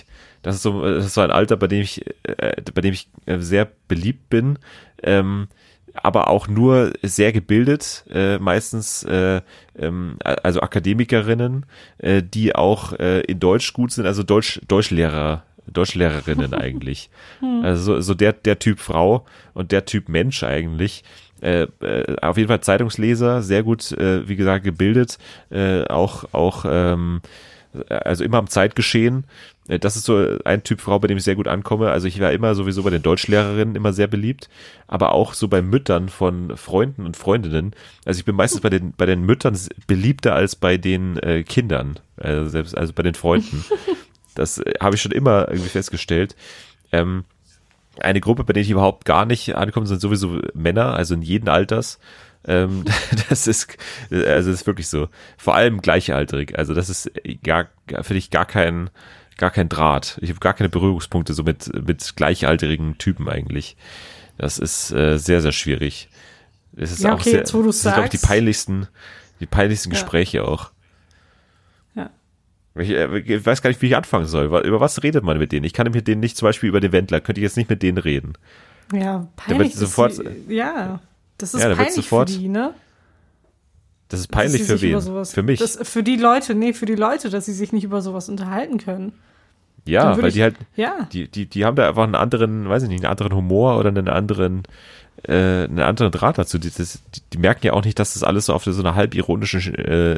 Das ist so ein Alter, bei dem ich sehr beliebt bin, aber auch nur sehr gebildet, meistens also Akademikerinnen, die auch in Deutsch gut sind, also Deutschlehrerinnen eigentlich. Also so der Typ Frau und der Typ Mensch eigentlich. Auf jeden Fall Zeitungsleser, sehr gut, wie gesagt, gebildet, auch also immer am Zeitgeschehen. Das ist so ein Typ Frau, bei dem ich sehr gut ankomme. Also ich war immer sowieso bei den Deutschlehrerinnen immer sehr beliebt, aber auch so bei Müttern von Freunden und Freundinnen. Also ich bin meistens bei den Müttern beliebter als bei den Kindern, also bei den Freunden. Das habe ich schon immer irgendwie festgestellt. Eine Gruppe, bei der ich überhaupt gar nicht ankomme, sind sowieso Männer, also in jeden Alters. Das ist wirklich so. Vor allem gleichaltrig. Also das ist für dich gar kein Draht. Ich habe gar keine Berührungspunkte so mit gleichaltrigen Typen eigentlich. Das ist sehr, sehr schwierig. Es ist auch sehr, jetzt, wo du das sind, glaube ich, die peinlichsten Gespräche auch. Ja. Ich weiß gar nicht, wie ich anfangen soll. Über was redet man mit denen? Ich kann mit denen nicht, zum Beispiel über den Wendler, könnte ich jetzt nicht mit denen reden. Ja, peinlich. Das ist peinlich für die, ne? Das ist peinlich für wen? Für mich? Für die Leute, dass sie sich nicht über sowas unterhalten können. Ja, weil die halt, die haben da einfach einen anderen, weiß ich nicht, einen anderen Humor oder einen anderen Draht dazu. Die merken ja auch nicht, dass das alles so auf so einer halbironischen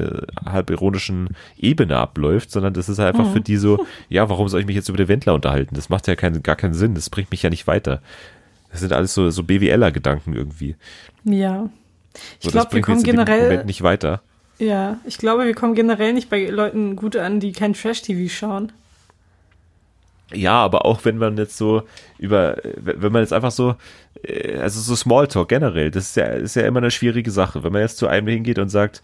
Ebene abläuft, sondern das ist halt einfach für die so, ja, warum soll ich mich jetzt über den Wendler unterhalten? Das macht ja gar keinen Sinn, das bringt mich ja nicht weiter. Das sind alles so BWLer-Gedanken irgendwie. Ja. Ich glaube, wir kommen generell Moment nicht weiter. Ja, ich glaube, wir kommen generell nicht bei Leuten gut an, die kein Trash-TV schauen. Ja, aber auch wenn man jetzt so wenn man jetzt einfach so, also so Smalltalk generell, das ist ja immer eine schwierige Sache. Wenn man jetzt zu einem hingeht und sagt,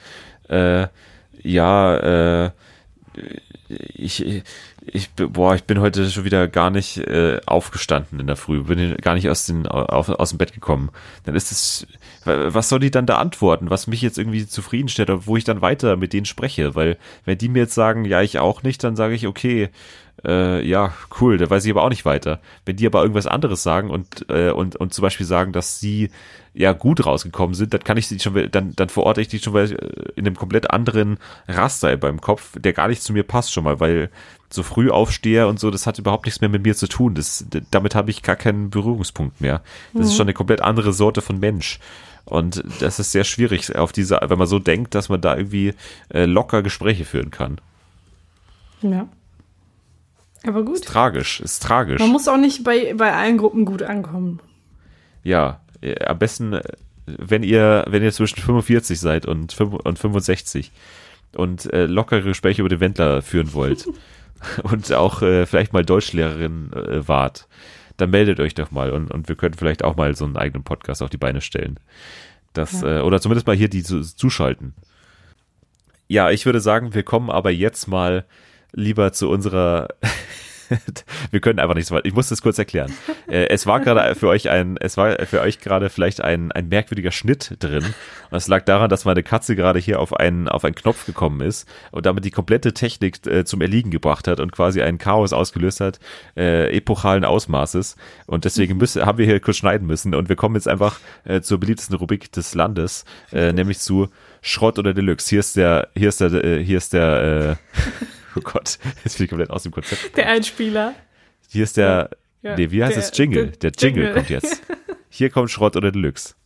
ich bin heute schon wieder gar nicht aufgestanden in der Früh, bin gar nicht aus dem Bett gekommen. Dann ist es, was soll die dann da antworten, was mich jetzt irgendwie zufriedenstellt, wo ich dann weiter mit denen spreche? Weil wenn die mir jetzt sagen, ja, ich auch nicht, dann sage ich, okay, ja, cool, da weiß ich aber auch nicht weiter. Wenn die aber irgendwas anderes sagen und zum Beispiel sagen, dass sie ja gut rausgekommen sind, dann kann ich sie schon, dann verorte ich die schon in einem komplett anderen Raster in meinem Kopf, der gar nicht zu mir passt schon mal, weil so früh aufstehe und so, das hat überhaupt nichts mehr mit mir zu tun. Damit habe ich gar keinen Berührungspunkt mehr. Das ist schon eine komplett andere Sorte von Mensch. Und das ist sehr schwierig, wenn man so denkt, dass man da irgendwie locker Gespräche führen kann. Ja. Aber gut. Ist tragisch. Man muss auch nicht bei allen Gruppen gut ankommen. Ja, am besten, wenn ihr zwischen 45 seid und 65 und lockere Gespräche über den Wendler führen wollt und auch vielleicht mal Deutschlehrerin wart, dann meldet euch doch mal und wir können vielleicht auch mal so einen eigenen Podcast auf die Beine stellen. Oder zumindest mal hier die zuschalten. Ja, ich würde sagen, wir kommen aber jetzt mal lieber zu unserer wir können einfach nicht so weit. Ich muss das kurz erklären. Es war für euch gerade vielleicht ein merkwürdiger Schnitt drin. Und es lag daran, dass meine Katze gerade hier auf einen Knopf gekommen ist und damit die komplette Technik zum Erliegen gebracht hat und quasi ein Chaos ausgelöst hat, epochalen Ausmaßes. Und deswegen haben wir hier kurz schneiden müssen. Und wir kommen jetzt einfach zur beliebtesten Rubrik des Landes, nämlich zu Schrott oder Deluxe. Hier ist der oh Gott, jetzt bin ich komplett aus dem Konzept. Der Einspieler. Hier ist wie heißt es? Jingle. Der Jingle kommt jetzt. Hier kommt Schrott oder Deluxe.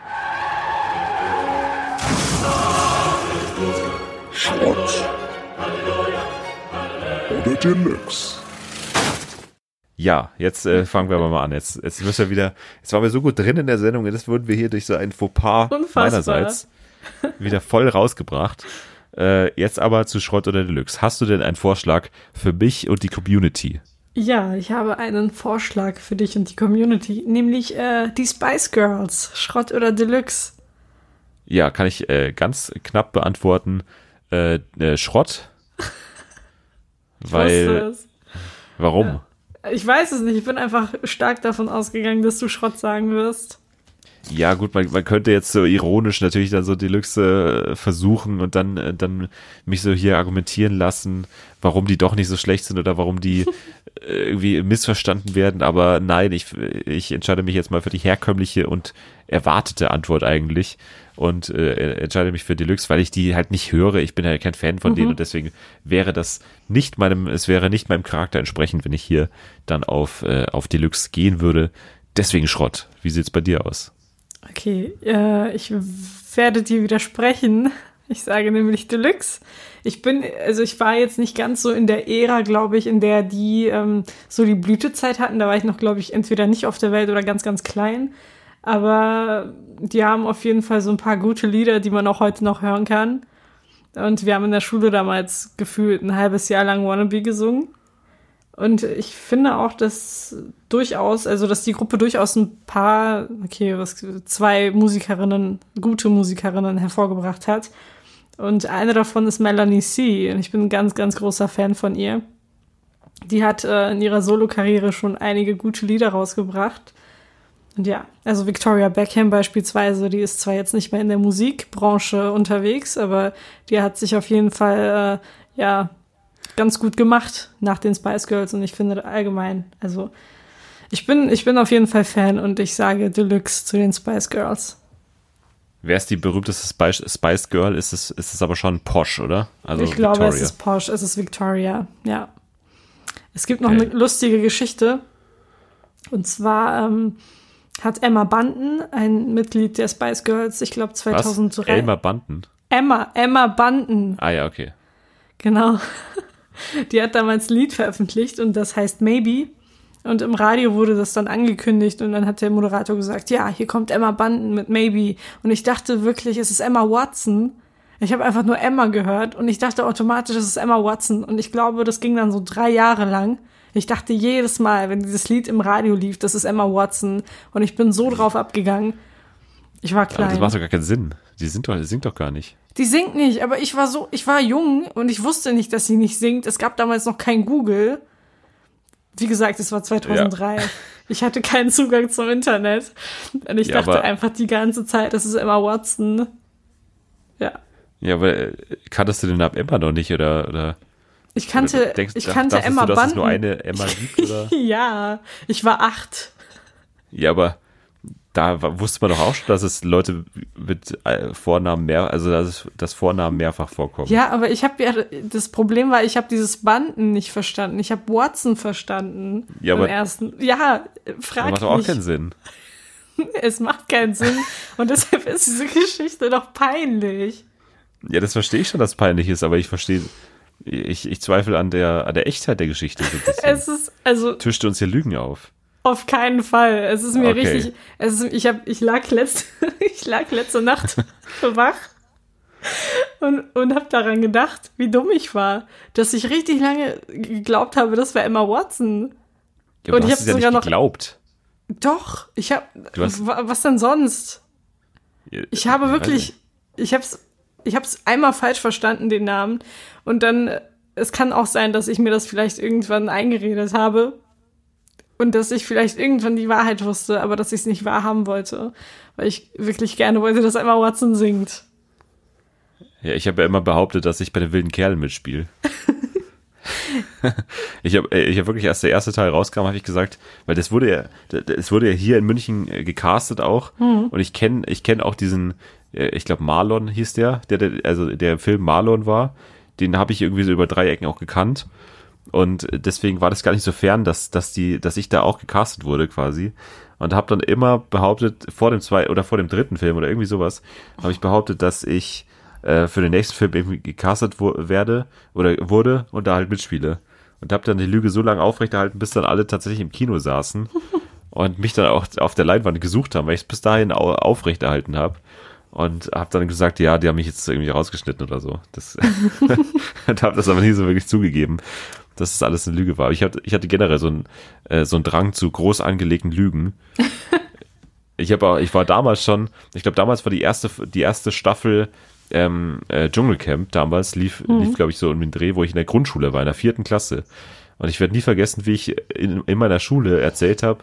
Schrott oder Deluxe. Ja, jetzt fangen wir aber mal an. Jetzt müssen wir jetzt waren wir so gut drin in der Sendung, jetzt wurden wir hier durch so ein Fauxpas meinerseits wieder voll rausgebracht. Jetzt aber zu Schrott oder Deluxe. Hast du denn einen Vorschlag für mich und die Community? Ja, ich habe einen Vorschlag für dich und die Community, nämlich die Spice Girls. Schrott oder Deluxe? Ja, kann ich ganz knapp beantworten. Schrott. Weil. Warum? Ja. Ich weiß es nicht. Ich bin einfach stark davon ausgegangen, dass du Schrott sagen wirst. Ja, gut, man könnte jetzt so ironisch natürlich dann so Deluxe versuchen und dann mich so hier argumentieren lassen, warum die doch nicht so schlecht sind oder warum die irgendwie missverstanden werden. Aber nein, ich entscheide mich jetzt mal für die herkömmliche und erwartete Antwort eigentlich und entscheide mich für Deluxe, weil ich die halt nicht höre. Ich bin ja kein Fan von denen und deswegen wäre es wäre nicht meinem Charakter entsprechend, wenn ich hier dann auf Deluxe gehen würde. Deswegen Schrott. Wie sieht's bei dir aus? Okay, ich werde dir widersprechen. Ich sage nämlich Deluxe. Ich war jetzt nicht ganz so in der Ära, glaube ich, in der die so die Blütezeit hatten. Da war ich noch, glaube ich, entweder nicht auf der Welt oder ganz, ganz klein. Aber die haben auf jeden Fall so ein paar gute Lieder, die man auch heute noch hören kann. Und wir haben in der Schule damals gefühlt ein halbes Jahr lang Wannabe gesungen. Und ich finde auch, dass die Gruppe durchaus ein paar, zwei gute Musikerinnen hervorgebracht hat. Und eine davon ist Melanie C. Und ich bin ein ganz, ganz großer Fan von ihr. Die hat in ihrer Solo-Karriere schon einige gute Lieder rausgebracht. Und ja, also Victoria Beckham beispielsweise, die ist zwar jetzt nicht mehr in der Musikbranche unterwegs, aber die hat sich auf jeden Fall, ganz gut gemacht nach den Spice Girls und ich finde allgemein, also ich bin auf jeden Fall Fan und ich sage Deluxe zu den Spice Girls. Wer ist die berühmteste Spice Girl? Ist es aber schon Posh, oder? Also ich glaube, Victoria. es ist Posh, es ist Victoria, ja. Es gibt noch eine lustige Geschichte und zwar hat Emma Bunton, ein Mitglied der Spice Girls, ich glaube 2003. Was? Emma Bunton? Emma Bunton. Ah ja, okay. Genau. Die hat damals ein Lied veröffentlicht und das heißt Maybe. Und im Radio wurde das dann angekündigt und dann hat der Moderator gesagt, ja, hier kommt Emma Bunton mit Maybe. Und ich dachte wirklich, es ist Emma Watson. Ich habe einfach nur Emma gehört und ich dachte automatisch, es ist Emma Watson. Und ich glaube, das ging dann so 3 Jahre lang. Ich dachte jedes Mal, wenn dieses Lied im Radio lief, das ist Emma Watson. Und ich bin so drauf abgegangen. Ich war klein. Aber das macht doch gar keinen Sinn. Die singt doch gar nicht. Die singt nicht, aber ich war jung und ich wusste nicht, dass sie nicht singt. Es gab damals noch kein Google. Wie gesagt, es war 2003. Ja. Ich hatte keinen Zugang zum Internet. Und ich dachte einfach die ganze Zeit, das ist Emma Watson. Ja. Ja, aber kanntest du den Namen Emma noch nicht, oder? Ich kannte Emma Bunton. Dass es nur eine Emma gibt, oder? Ja, ich war 8. Ja, aber da wusste man doch auch schon, dass es Leute mit Vornamen dass Vornamen mehrfach vorkommen. Ja, aber das Problem war, ich habe dieses Bunton nicht verstanden. Ich habe Watson verstanden. Ja, aber ersten. Ja, frag mich. Das macht doch auch keinen Sinn. Es macht keinen Sinn und deshalb ist diese Geschichte doch peinlich. Ja, das verstehe ich schon, dass es peinlich ist, aber ich zweifle an der Echtheit der Geschichte so ein bisschen. Es ist, tischt uns hier Lügen auf. Auf keinen Fall. Es ist mir richtig. Ich lag letzte Nacht wach und habe daran gedacht, wie dumm ich war, dass ich richtig lange geglaubt habe, das wäre Emma Watson. Ja, aber und du hast es ja nicht geglaubt. Doch. Was denn sonst? Ich habe wirklich. Ich hab's einmal falsch verstanden, den Namen. Und dann, es kann auch sein, dass ich mir das vielleicht irgendwann eingeredet habe. Und dass ich vielleicht irgendwann die Wahrheit wusste, aber dass ich es nicht wahrhaben wollte. Weil ich wirklich gerne wollte, dass Emma Watson singt. Ja, ich habe ja immer behauptet, dass ich bei den wilden Kerlen mitspiele. Ich hab wirklich, als der erste Teil rauskam, habe ich gesagt, weil es wurde ja hier in München gecastet auch. Und ich kenn auch diesen, ich glaube Marlon hieß der im Film Marlon war. Den habe ich irgendwie so über 3 Ecken auch gekannt. Und deswegen war das gar nicht so fern, dass ich da auch gecastet wurde quasi. Und habe dann immer behauptet, vor dem 3. Film oder irgendwie sowas, habe ich behauptet, dass ich für den nächsten Film irgendwie gecastet wurde und da halt mitspiele. Und habe dann die Lüge so lange aufrechterhalten, bis dann alle tatsächlich im Kino saßen und mich dann auch auf der Leinwand gesucht haben, weil ich es bis dahin aufrechterhalten habe. Und habe dann gesagt, ja, die haben mich jetzt irgendwie rausgeschnitten oder so. Und habe das aber nie so wirklich zugegeben, dass das alles eine Lüge war. Ich hatte generell so einen Drang zu groß angelegten Lügen. Ich war damals schon, ich glaube, damals war die erste Staffel Dschungelcamp damals lief glaube ich, so um den Dreh, wo ich in der Grundschule war, in der 4. Klasse. Und ich werde nie vergessen, wie ich in meiner Schule erzählt habe,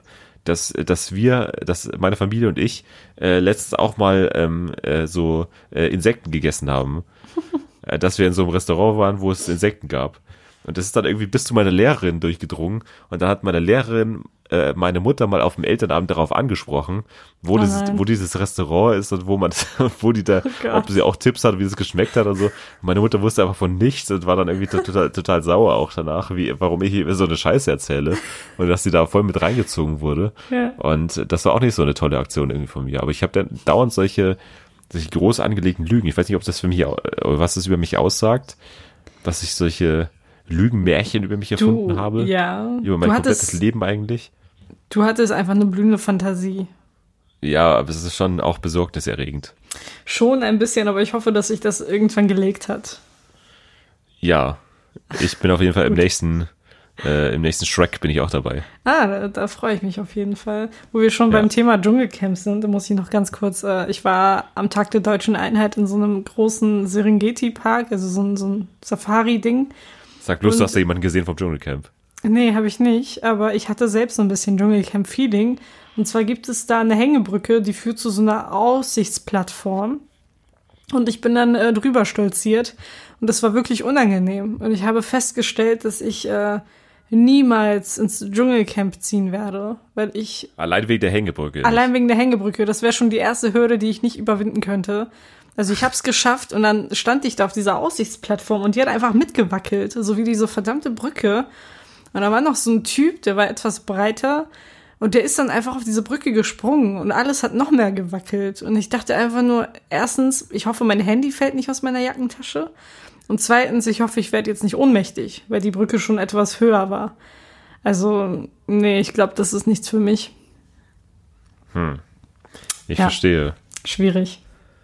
dass meine Familie und ich letztens auch mal Insekten gegessen haben. Dass wir in so einem Restaurant waren, wo es Insekten gab. Und das ist dann irgendwie bis zu meiner Lehrerin durchgedrungen. Und dann hat meine Lehrerin meine Mutter mal auf dem Elternabend darauf angesprochen, wo dieses Restaurant ist und ob sie auch Tipps hat, wie es geschmeckt hat und so. Und meine Mutter wusste einfach von nichts und war dann irgendwie total sauer auch danach, warum ich hier so eine Scheiße erzähle und dass sie da voll mit reingezogen wurde. Ja. Und das war auch nicht so eine tolle Aktion irgendwie von mir. Aber ich habe dann dauernd solche groß angelegten Lügen. Ich weiß nicht, ob das für mich, was das über mich aussagt, dass ich solche Lügenmärchen über mich erfunden habe. Ja. Über mein komplettes Leben eigentlich. Du hattest einfach eine blühende Fantasie. Ja, aber es ist schon auch besorgniserregend. Schon ein bisschen, aber ich hoffe, dass sich das irgendwann gelegt hat. Ja, ich bin auf jeden Fall im nächsten Shrek bin ich auch dabei. Da freue ich mich auf jeden Fall. Wo wir schon beim Thema Dschungelcamp sind, da muss ich noch ganz kurz, ich war am Tag der Deutschen Einheit in so einem großen Serengeti-Park, also so ein Safari-Ding. Sag bloß, du hast da jemanden gesehen vom Dschungelcamp. Nee, habe ich nicht, aber ich hatte selbst so ein bisschen Dschungelcamp-Feeling. Und zwar gibt es da eine Hängebrücke, die führt zu so einer Aussichtsplattform. Und ich bin dann drüber stolziert und das war wirklich unangenehm. Und ich habe festgestellt, dass ich niemals ins Dschungelcamp ziehen werde, weil ich... Allein wegen der Hängebrücke. Allein wegen der Hängebrücke. Das wäre schon die erste Hürde, die ich nicht überwinden könnte. Also ich habe es geschafft und dann stand ich da auf dieser Aussichtsplattform und die hat einfach mitgewackelt, so wie diese verdammte Brücke. Und da war noch so ein Typ, der war etwas breiter und der ist dann einfach auf diese Brücke gesprungen und alles hat noch mehr gewackelt. Und ich dachte einfach nur, erstens, ich hoffe, mein Handy fällt nicht aus meiner Jackentasche. Und zweitens, ich hoffe, ich werde jetzt nicht ohnmächtig, weil die Brücke schon etwas höher war. Also, nee, ich glaube, das ist nichts für mich. Ich verstehe. Schwierig.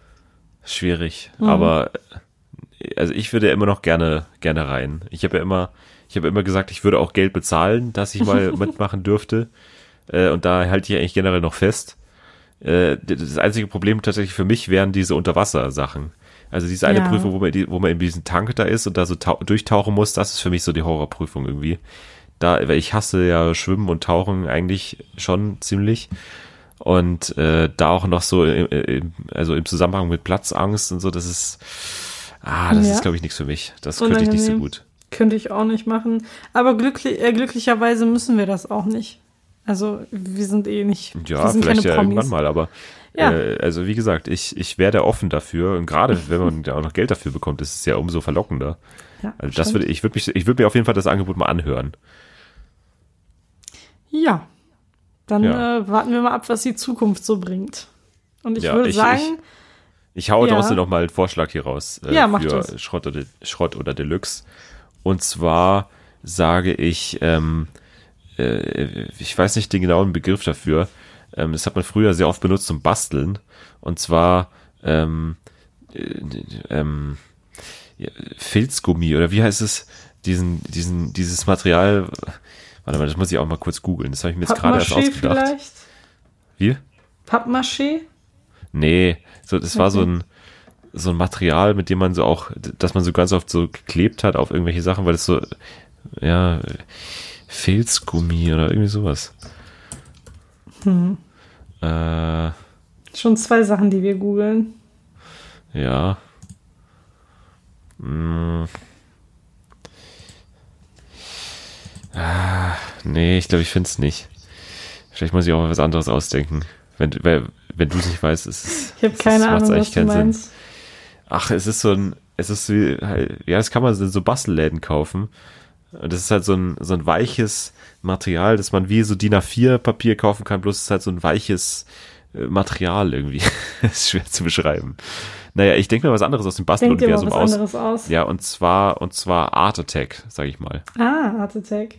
Aber also ich würde immer noch gerne rein. Ich habe immer gesagt, ich würde auch Geld bezahlen, dass ich mal mitmachen dürfte. Und da halte ich eigentlich generell noch fest. Das einzige Problem tatsächlich für mich wären diese Unterwassersachen. Also diese eine Prüfung, wo man in diesem Tank da ist und da so durchtauchen muss, das ist für mich so die Horrorprüfung irgendwie. Weil ich hasse ja Schwimmen und Tauchen eigentlich schon ziemlich. Und da auch noch so im Zusammenhang mit Platzangst und so, das ist glaube ich nichts für mich. Das könnte ich nicht so gut. Könnte ich auch nicht machen. Aber glücklicherweise müssen wir das auch nicht. Also wir sind nicht, ja, wir sind vielleicht keine ja Promis. Irgendwann mal, aber also wie gesagt, ich wäre da offen dafür und gerade wenn man da auch noch Geld dafür bekommt, ist es ja umso verlockender. Ja, also das ich würde mir auf jeden Fall das Angebot mal anhören. Ja. Dann warten wir mal ab, was die Zukunft so bringt. Und ich würde sagen... Ich haue draußen noch mal einen Vorschlag hier raus mach für das. Schrott oder Deluxe. Und zwar sage ich, ich weiß nicht den genauen Begriff dafür, das hat man früher sehr oft benutzt zum Basteln. Und zwar Filzgummi oder wie heißt es? Dieses Material... Warte mal, das muss ich auch mal kurz googeln. Das habe ich mir jetzt gerade erst ausgedacht. Vielleicht? Wie? Pappmaché? Nee, das war so ein Material, mit dem man so auch, dass man so ganz oft so geklebt hat auf irgendwelche Sachen, weil das so, Filzgummi oder irgendwie sowas. Schon 2 Sachen, die wir googeln. Ja. Nee, ich glaube, ich finde es nicht. Vielleicht muss ich auch mal was anderes ausdenken. Wenn du es nicht weißt, ist es. Ich habe keine Ahnung, was du meinst. Sinn. Ach, es ist wie, das kann man in so Bastelläden kaufen. Und das ist halt so ein weiches Material, das man wie so DIN A4 Papier kaufen kann, bloß es ist halt so ein weiches Material irgendwie. Das ist schwer zu beschreiben. Naja, ich denke mir was anderes aus dem Basteluniversum aus. Ja, und zwar Art Attack, sag ich mal. Art Attack.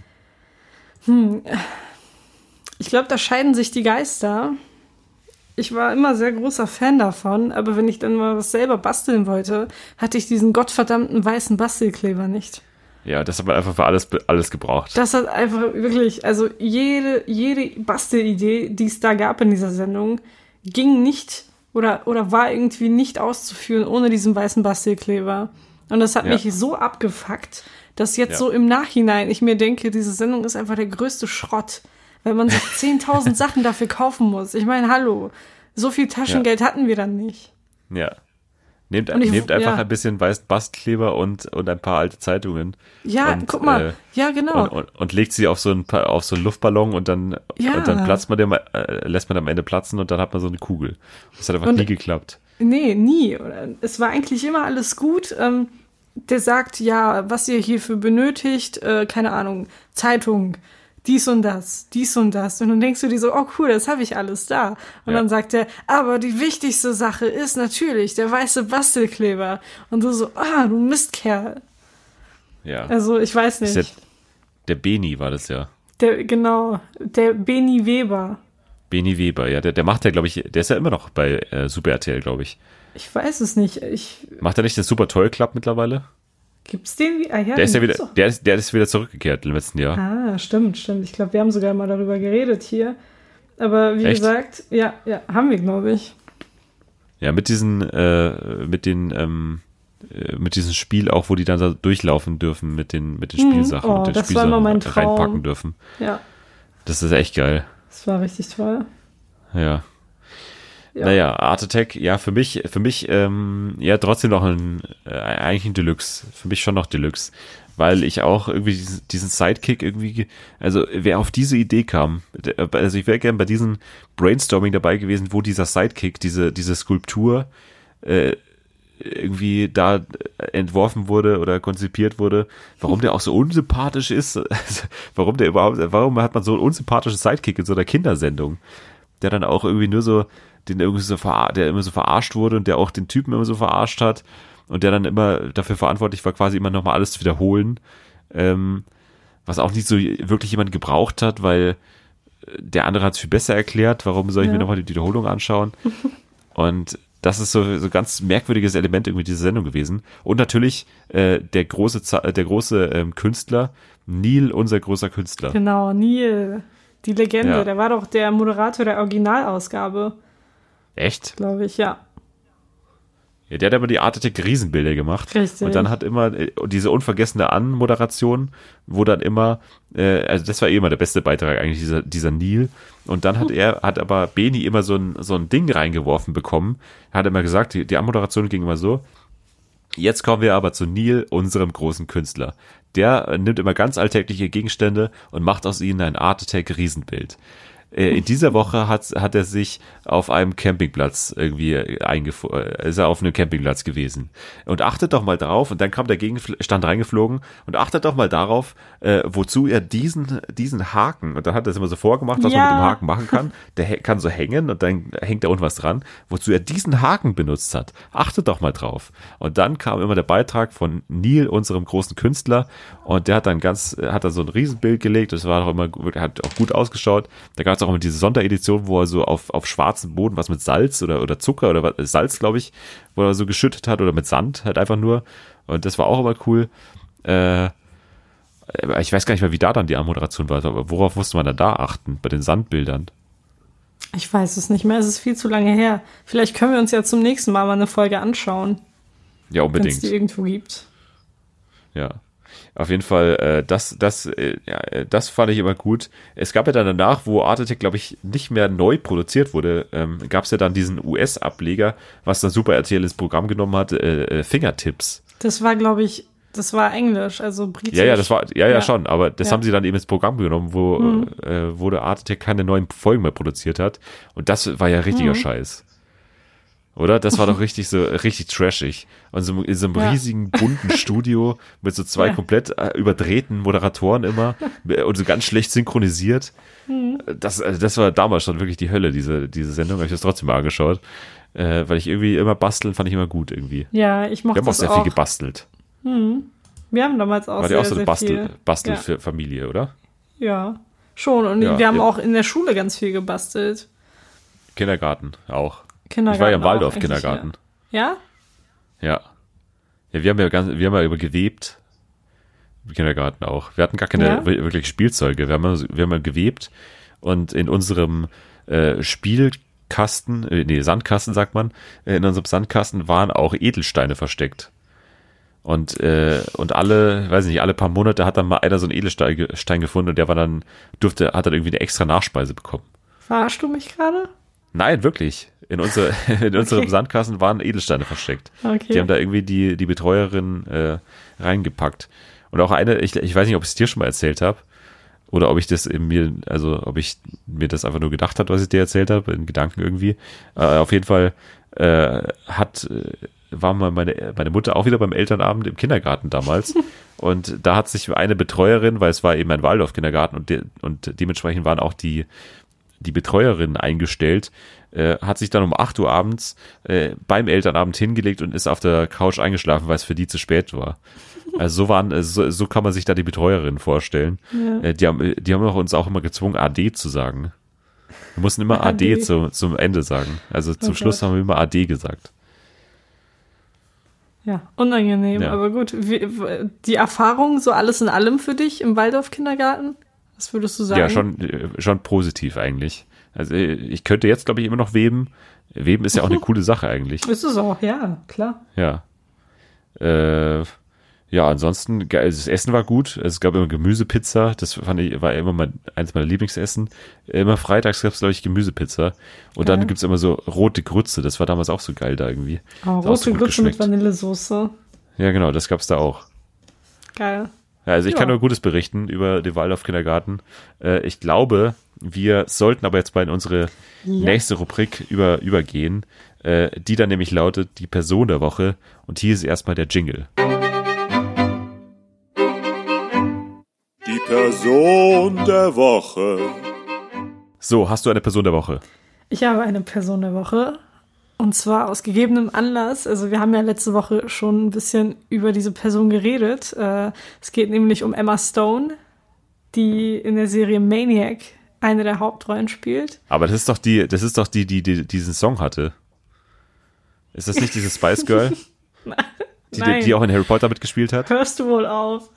Ich glaube, da scheiden sich die Geister. Ich war immer sehr großer Fan davon, aber wenn ich dann mal was selber basteln wollte, hatte ich diesen gottverdammten weißen Bastelkleber nicht. Ja, das hat man einfach für alles gebraucht. Das hat einfach wirklich, also jede Bastelidee, die es da gab in dieser Sendung, ging nicht oder war irgendwie nicht auszuführen ohne diesen weißen Bastelkleber. Und das hat mich so abgefuckt, dass jetzt so im Nachhinein ich mir denke, diese Sendung ist einfach der größte Schrott. weil man sich 10.000 Sachen dafür kaufen muss. Ich meine, hallo, so viel Taschengeld hatten wir dann nicht. Ja. Nehmt Und einfach ein bisschen weißen Bastkleber und ein paar alte Zeitungen. Ja, und, guck mal. Ja, genau. Und legt sie auf so einen Luftballon und dann platzt man lässt man am Ende platzen und dann hat man so eine Kugel. Das hat einfach nie geklappt. Nee, nie. Es war eigentlich immer alles gut. Der sagt, ja, was ihr hierfür benötigt, keine Ahnung, Zeitung, dies und das. Und dann denkst du dir so, oh cool, das habe ich alles da. Und dann sagt er, aber die wichtigste Sache ist natürlich der weiße Bastelkleber. Und du so, du Mistkerl. Ja. Also, ich weiß nicht. Der Beni war das ja. Der Beni Weber. Beni Weber, ja, der macht ja, glaube ich, der ist ja immer noch bei Super RTL, glaube ich. Ich weiß es nicht. Macht er nicht den Super Toy Club mittlerweile? Gibt's den? Ja, der ist ja wieder, der ist wieder zurückgekehrt im letzten Jahr. Stimmt. Ich glaube, wir haben sogar mal darüber geredet hier. Aber wie gesagt, ja, haben wir, glaube ich. Ja, mit diesem Spiel auch, wo die dann da durchlaufen dürfen mit den Spielsachen und den das war immer mein Traum. Reinpacken dürfen. Ja. Das ist echt geil. Das war richtig toll. Ja. Naja, Art Attack, ja, für mich, ja, trotzdem noch eigentlich ein Deluxe. Für mich schon noch Deluxe. Weil ich auch irgendwie diesen Sidekick irgendwie, also wer auf diese Idee kam, also ich wäre gern bei diesem Brainstorming dabei gewesen, wo dieser Sidekick, diese Skulptur, irgendwie da entworfen wurde oder konzipiert wurde, warum der auch so unsympathisch ist, also warum hat man so einen unsympathischen Sidekick in so einer Kindersendung, der dann auch irgendwie nur so, der immer so verarscht wurde und der auch den Typen immer so verarscht hat und der dann immer dafür verantwortlich war, quasi immer nochmal alles zu wiederholen, was auch nicht so wirklich jemand gebraucht hat, weil der andere hat es viel besser erklärt, warum soll ich mir nochmal die Wiederholung anschauen? Und das ist so ganz merkwürdiges Element irgendwie dieser Sendung gewesen. Und natürlich der große Künstler, Neil, unser großer Künstler. Genau, Neil, die Legende. Ja. Der war doch der Moderator der Originalausgabe. Echt? Glaube ich, ja. Ja, der hat immer die Art Attack Riesenbilder gemacht. Richtig. Und dann hat immer diese unvergessene Anmoderation, wo dann immer, also das war immer der beste Beitrag eigentlich, dieser Neil. Und dann hat aber Beni immer so ein Ding reingeworfen bekommen. Er hat immer gesagt, die Anmoderation ging immer so. Jetzt kommen wir aber zu Neil, unserem großen Künstler. Der nimmt immer ganz alltägliche Gegenstände und macht aus ihnen ein Art Attack Riesenbild. In dieser Woche hat er sich auf einem Campingplatz irgendwie ist er auf einem Campingplatz gewesen. Und achtet doch mal drauf, und dann kam der Gegenstand reingeflogen, und achtet doch mal darauf, wozu er diesen Haken, und dann hat er es immer so vorgemacht, was man mit dem Haken machen kann. Der kann so hängen, und dann hängt da unten was dran, wozu er diesen Haken benutzt hat. Achtet doch mal drauf. Und dann kam immer der Beitrag von Neil, unserem großen Künstler, und der hat dann hat so ein Riesenbild gelegt, das war doch immer, hat auch gut ausgeschaut. Da gab es auch immer diese Sonderedition, wo er so auf schwarzem Boden was mit Salz oder Zucker oder Salz, glaube ich, wo er so geschüttet hat, oder mit Sand halt einfach nur. Und das war auch immer cool. Ich weiß gar nicht mehr, wie da dann die Anmoderation war, aber worauf musste man dann da achten, bei den Sandbildern? Ich weiß es nicht mehr, es ist viel zu lange her. Vielleicht können wir uns ja zum nächsten Mal eine Folge anschauen. Ja, unbedingt. Wenn es die irgendwo gibt. Ja. Auf jeden Fall, das fand ich immer gut. Es gab ja dann danach, wo Art Attack, glaube ich, nicht mehr neu produziert wurde, gab es ja dann diesen US-Ableger, was dann Super RTL ins Programm genommen hat, Fingertips. Das war, glaube ich, das war Englisch, also britisch. Ja, das war, ja, schon, aber das haben sie dann eben ins Programm genommen, wo der Art Attack keine neuen Folgen mehr produziert hat. Und das war ja richtiger Scheiß. Oder? Das war doch richtig trashig. Und so in so einem riesigen, bunten Studio mit so zwei komplett überdrehten Moderatoren immer und so ganz schlecht synchronisiert. Das war damals schon wirklich die Hölle, diese Sendung. Habe ich das trotzdem mal angeschaut. Weil ich irgendwie immer basteln, fand ich immer gut irgendwie. Ja, ich mochte das auch. Wir haben auch sehr viel gebastelt. Wir haben damals auch sehr, sehr viel. Bastel für Familie, oder? Ja, schon. Und wir haben auch in der Schule ganz viel gebastelt. Kindergarten auch. Ich war ja im Waldorf-Kindergarten. Ja? Ja. Ja, wir haben ja immer gewebt. Im Kindergarten auch. Wir hatten gar keine wirklich Spielzeuge. Wir haben gewebt und in unserem Sandkasten sagt man, in unserem Sandkasten waren auch Edelsteine versteckt. Und alle, weiß nicht, alle paar Monate hat dann mal einer so einen Edelstein gefunden und der hat dann irgendwie eine extra Nachspeise bekommen. Verarschst du mich gerade? Nein, wirklich. In unserem Sandkasten waren Edelsteine versteckt. Okay. Die haben da irgendwie die Betreuerin reingepackt. Und auch ich weiß nicht, ob ich es dir schon mal erzählt habe oder ob ich ob ich mir das einfach nur gedacht habe, was ich dir erzählt habe, in Gedanken irgendwie. Auf jeden Fall war mal meine Mutter auch wieder beim Elternabend im Kindergarten damals. Und da hat sich eine Betreuerin, weil es war eben ein Waldorf-Kindergarten und dementsprechend waren auch die Betreuerin eingestellt, hat sich dann um 8 Uhr abends beim Elternabend hingelegt und ist auf der Couch eingeschlafen, weil es für die zu spät war. Also so kann man sich da die Betreuerin vorstellen. Ja. Die haben uns auch immer gezwungen, AD zu sagen. Wir mussten immer AD zum Ende sagen. Also zum Schluss haben wir immer AD gesagt. Ja, unangenehm, Ja. aber gut. Die Erfahrung, so alles in allem für dich im Waldorf-Kindergarten? Was würdest du sagen? Ja, schon positiv eigentlich. Also ich könnte jetzt, glaube ich, immer noch weben. Weben ist ja auch eine coole Sache eigentlich. Ist es auch, ja, klar. Ja. Ja, ansonsten, das Essen war gut. Es gab immer Gemüsepizza. Das war immer eins meiner Lieblingsessen. Immer freitags gab es, glaube ich, Gemüsepizza. Und dann gibt es immer so rote Grütze. Das war damals auch so geil da irgendwie. Oh, rote Grütze mit Vanillesoße. Ja, genau, das gab's da auch. Geil. Ja, also ich kann nur Gutes berichten über den Waldorf-Kindergarten. Ich glaube, wir sollten aber jetzt mal in unsere nächste Rubrik übergehen, die dann nämlich lautet die Person der Woche. Und hier ist erstmal der Jingle. Die Person der Woche. So, hast du eine Person der Woche? Ich habe eine Person der Woche. Und zwar aus gegebenem Anlass. Also wir haben ja letzte Woche schon ein bisschen über diese Person geredet. Es geht nämlich um Emma Stone, die in der Serie Maniac eine der Hauptrollen spielt. Aber das ist doch die diesen Song hatte. Ist das nicht diese Spice Girl? Nein. Die auch in Harry Potter mitgespielt hat? Hörst du wohl auf?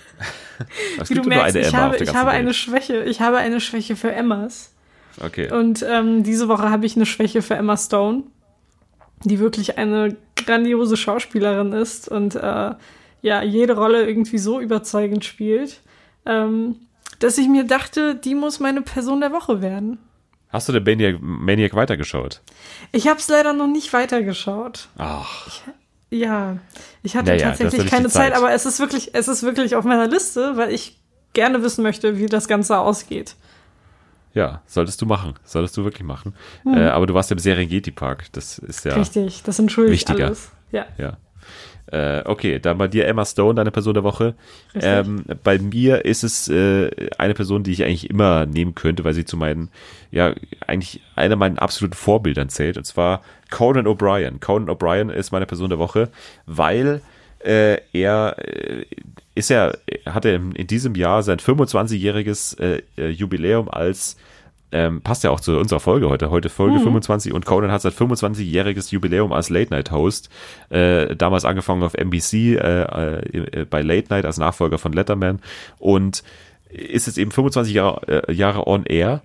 Es Wie gibt du nur merkst, eine Emma auf der ganzen Welt. Ich habe eine Schwäche für Emmas. Okay. Und diese Woche habe ich eine Schwäche für Emma Stone, die wirklich eine grandiose Schauspielerin ist und jede Rolle irgendwie so überzeugend spielt, dass ich mir dachte, die muss meine Person der Woche werden. Hast du den Maniac weitergeschaut? Ich habe es leider noch nicht weitergeschaut. Ach. Ich hatte tatsächlich keine Zeit, aber es ist wirklich auf meiner Liste, weil ich gerne wissen möchte, wie das Ganze ausgeht. Ja, solltest du wirklich machen. Aber du warst ja im Serengeti-Park, das ist ja richtig, das entschuldigt wichtiger. Alles. Ja. Okay, dann bei dir Emma Stone, deine Person der Woche. Bei mir ist es eine Person, die ich eigentlich immer nehmen könnte, weil sie zu eigentlich einer meiner absoluten Vorbildern zählt, und zwar Conan O'Brien. Conan O'Brien ist meine Person der Woche, weil er hatte in diesem Jahr sein 25-jähriges Jubiläum als passt ja auch zu unserer Folge heute Folge 25, und Conan hat sein 25-jähriges Jubiläum als Late-Night-Host, damals angefangen auf NBC bei Late Night als Nachfolger von Letterman, und ist jetzt eben 25 Jahre on air.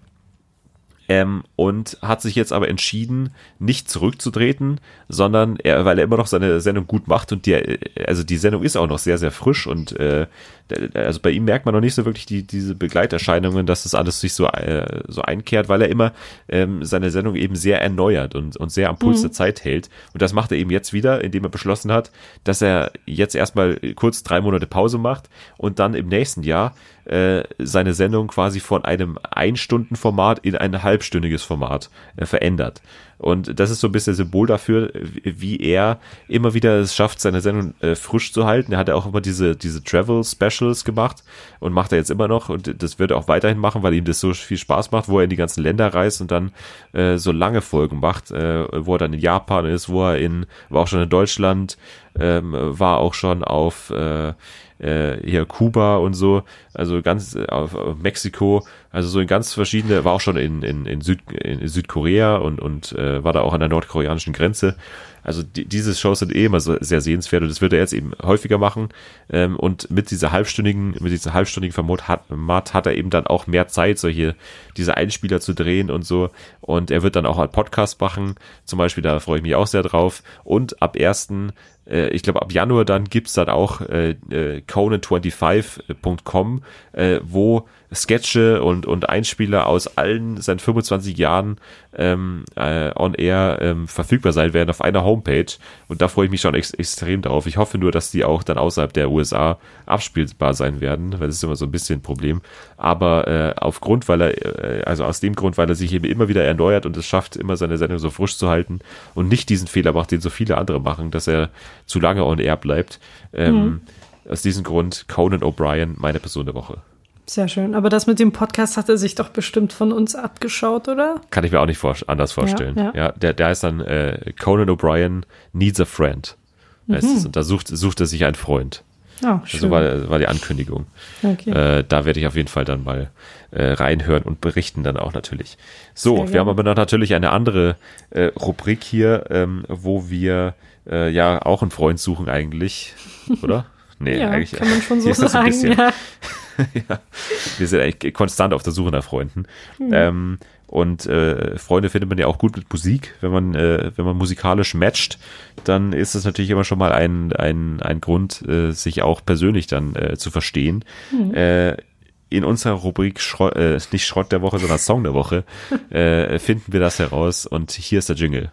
Und hat sich jetzt aber entschieden, nicht zurückzutreten, sondern weil er immer noch seine Sendung gut macht, und die Sendung ist auch noch sehr, sehr frisch, und also bei ihm merkt man noch nicht so wirklich diese Begleiterscheinungen, dass das alles sich so einkehrt, weil er immer seine Sendung eben sehr erneuert und sehr am Puls der Zeit hält. Und das macht er eben jetzt wieder, indem er beschlossen hat, dass er jetzt erstmal kurz 3 Monate Pause macht und dann im nächsten Jahr seine Sendung quasi von einem 1-Stunden-Format in ein halbstündiges Format verändert. Und das ist so ein bisschen Symbol dafür, wie er immer wieder es schafft, seine Sendung frisch zu halten. Er hat ja auch immer diese Travel-Specials gemacht und macht er jetzt immer noch, und das wird er auch weiterhin machen, weil ihm das so viel Spaß macht, wo er in die ganzen Länder reist und dann so lange Folgen macht, wo er dann in Japan ist, war auch schon in Deutschland, war auch schon auf hier Kuba und so, also ganz auf Mexiko, Also so in ganz verschiedene, war auch schon in Südkorea und war da auch an der nordkoreanischen Grenze. Also diese Shows sind eh immer so sehr sehenswert und das wird er jetzt eben häufiger machen. Und mit diesem halbstündigen Format hat er eben dann auch mehr Zeit, diese Einspieler zu drehen und so. Und er wird dann auch einen Podcast machen, zum Beispiel, da freue ich mich auch sehr drauf. Und ich glaube ab Januar dann gibt's dann auch Conan25.com, wo Sketche und Einspieler aus allen seinen 25 Jahren on air verfügbar sein werden auf einer Homepage. Und da freue ich mich schon extrem drauf. Ich hoffe nur, dass die auch dann außerhalb der USA abspielbar sein werden, weil das ist immer so ein bisschen ein Problem. Aber aus dem Grund, weil er sich eben immer wieder erneuert und es schafft, immer seine Sendung so frisch zu halten und nicht diesen Fehler macht, den so viele andere machen, dass er zu lange on air bleibt. Aus diesem Grund Conan O'Brien, meine Person der Woche. Sehr schön. Aber das mit dem Podcast hat er sich doch bestimmt von uns abgeschaut, oder? Kann ich mir auch nicht anders vorstellen. Ja, der heißt dann Conan O'Brien Needs a Friend. Und da sucht er sich einen Freund. Oh, schön. So war die Ankündigung. Okay. Da werde ich auf jeden Fall dann mal reinhören und berichten dann auch natürlich. So, wir haben aber noch natürlich eine andere Rubrik hier, wo wir ja auch einen Freund suchen eigentlich, oder? Nee, ja, eigentlich kann man schon so ist das sagen, ein bisschen, ja. ja. Wir sind eigentlich konstant auf der Suche nach Freunden. Und Freunde findet man ja auch gut mit Musik. Wenn man musikalisch matcht, dann ist das natürlich immer schon mal ein Grund, sich auch persönlich dann zu verstehen. In unserer Rubrik nicht Schrott der Woche, sondern Song der Woche finden wir das heraus. Und hier ist der Jingle.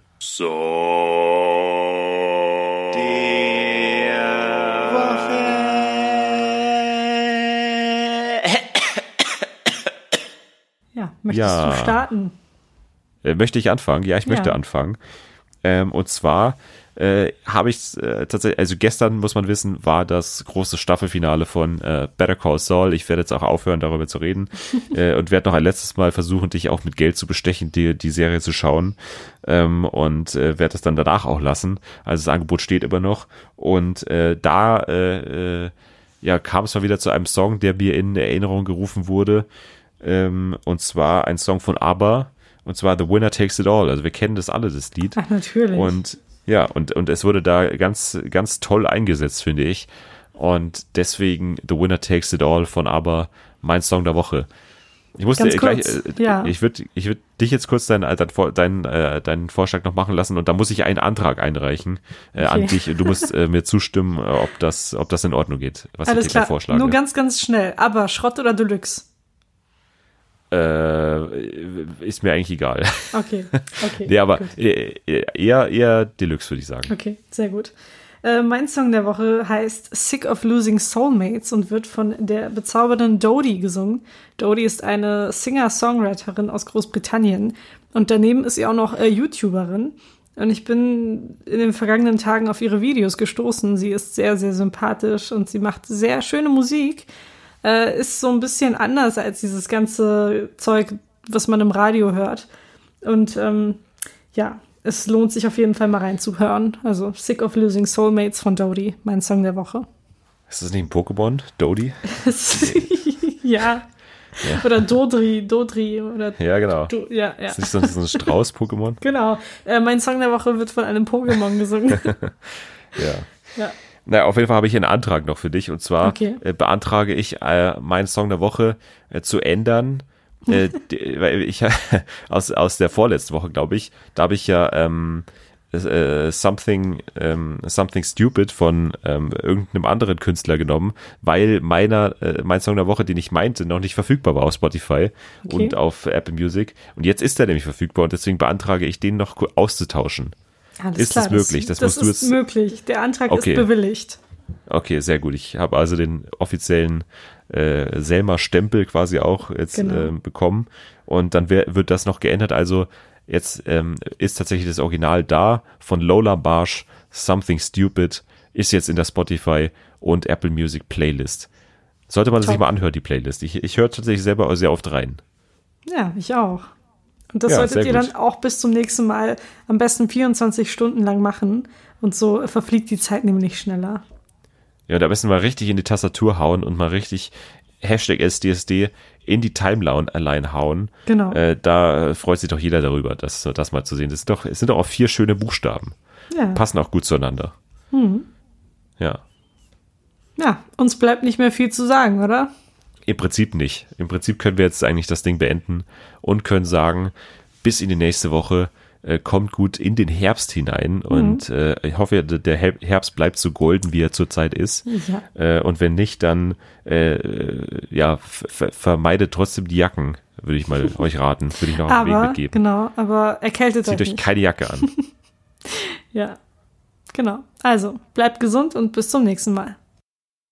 Ja, möchtest du starten? Möchte ich anfangen? Ja, ich möchte anfangen. Und zwar habe ich tatsächlich, also gestern, muss man wissen, war das große Staffelfinale von Better Call Saul. Ich werde jetzt auch aufhören, darüber zu reden und werde noch ein letztes Mal versuchen, dich auch mit Geld zu bestechen, die Serie zu schauen und werde es dann danach auch lassen. Also das Angebot steht immer noch und da kam es mal wieder zu einem Song, der mir in Erinnerung gerufen wurde, und zwar ein Song von ABBA, und zwar The Winner Takes It All. Also wir kennen das alle, das Lied. Ach, natürlich. Und ja, und es wurde da ganz, ganz toll eingesetzt, finde ich. Und deswegen The Winner Takes It All von ABBA, mein Song der Woche. Ich musste gleich, ich würde dich jetzt kurz deinen Vorschlag noch machen lassen und da muss ich einen Antrag einreichen an dich. Du musst mir zustimmen, ob das in Ordnung geht, was Alles ich dir vorschlage. Nur ganz, ganz schnell. Aber Schrott oder Deluxe? Ist mir eigentlich egal. Okay. Nee, aber eher Deluxe, würde ich sagen. Okay, sehr gut. Mein Song der Woche heißt Sick of Losing Soulmates und wird von der bezaubernden Dodie gesungen. Dodie ist eine Singer-Songwriterin aus Großbritannien und daneben ist sie auch noch YouTuberin. Und ich bin in den vergangenen Tagen auf ihre Videos gestoßen. Sie ist sehr, sehr sympathisch und sie macht sehr schöne Musik. Ist so ein bisschen anders als dieses ganze Zeug, was man im Radio hört. Und es lohnt sich auf jeden Fall mal reinzuhören. Also Sick of Losing Soulmates von Dodie, mein Song der Woche. Ist das nicht ein Pokémon? Dodie? Ja. Oder Dodri oder ja, genau. Ja. Ist nicht so ein Strauß-Pokémon? Genau. Mein Song der Woche wird von einem Pokémon gesungen. Ja. Naja, auf jeden Fall habe ich einen Antrag noch für dich. Und zwar beantrage ich, meinen Song der Woche zu ändern. Weil ich aus der vorletzten Woche, glaube ich, da habe ich ja Something Stupid von irgendeinem anderen Künstler genommen, weil mein Song der Woche, den ich meinte, noch nicht verfügbar war auf Spotify und auf Apple Music. Und jetzt ist der nämlich verfügbar und deswegen beantrage ich, den noch auszutauschen. Alles klar, das möglich? Das musst du jetzt. Ist möglich. Der Antrag ist bewilligt. Okay, sehr gut. Ich habe also den offiziellen Selma-Stempel quasi auch jetzt bekommen. Und dann wird das noch geändert. Also jetzt ist tatsächlich das Original da von Lola Barsh, Something Stupid, ist jetzt in der Spotify und Apple Music Playlist. Sollte man sich mal anhören, die Playlist. Ich höre tatsächlich selber sehr oft rein. Ja, ich auch. Und das solltet ihr dann auch bis zum nächsten Mal am besten 24 Stunden lang machen. Und so verfliegt die Zeit nämlich schneller. Ja, und am besten mal richtig in die Tastatur hauen und mal richtig Hashtag SDSD in die Timeline allein hauen. Genau. Da freut sich doch jeder darüber, das mal zu sehen. Es sind doch auch 4 schöne Buchstaben. Ja. Passen auch gut zueinander. Ja. Ja, uns bleibt nicht mehr viel zu sagen, oder? Im Prinzip nicht. Im Prinzip können wir jetzt eigentlich das Ding beenden und können sagen, bis in die nächste Woche, kommt gut in den Herbst hinein und ich hoffe, der Herbst bleibt so golden, wie er zurzeit ist. Ja. Und wenn nicht, dann vermeidet trotzdem die Jacken, würde ich mal euch raten, würde ich noch einen Weg mitgeben. Genau, aber erkältet Zieht euch nicht. keine Jacke an. Ja, genau. Also, bleibt gesund und bis zum nächsten Mal.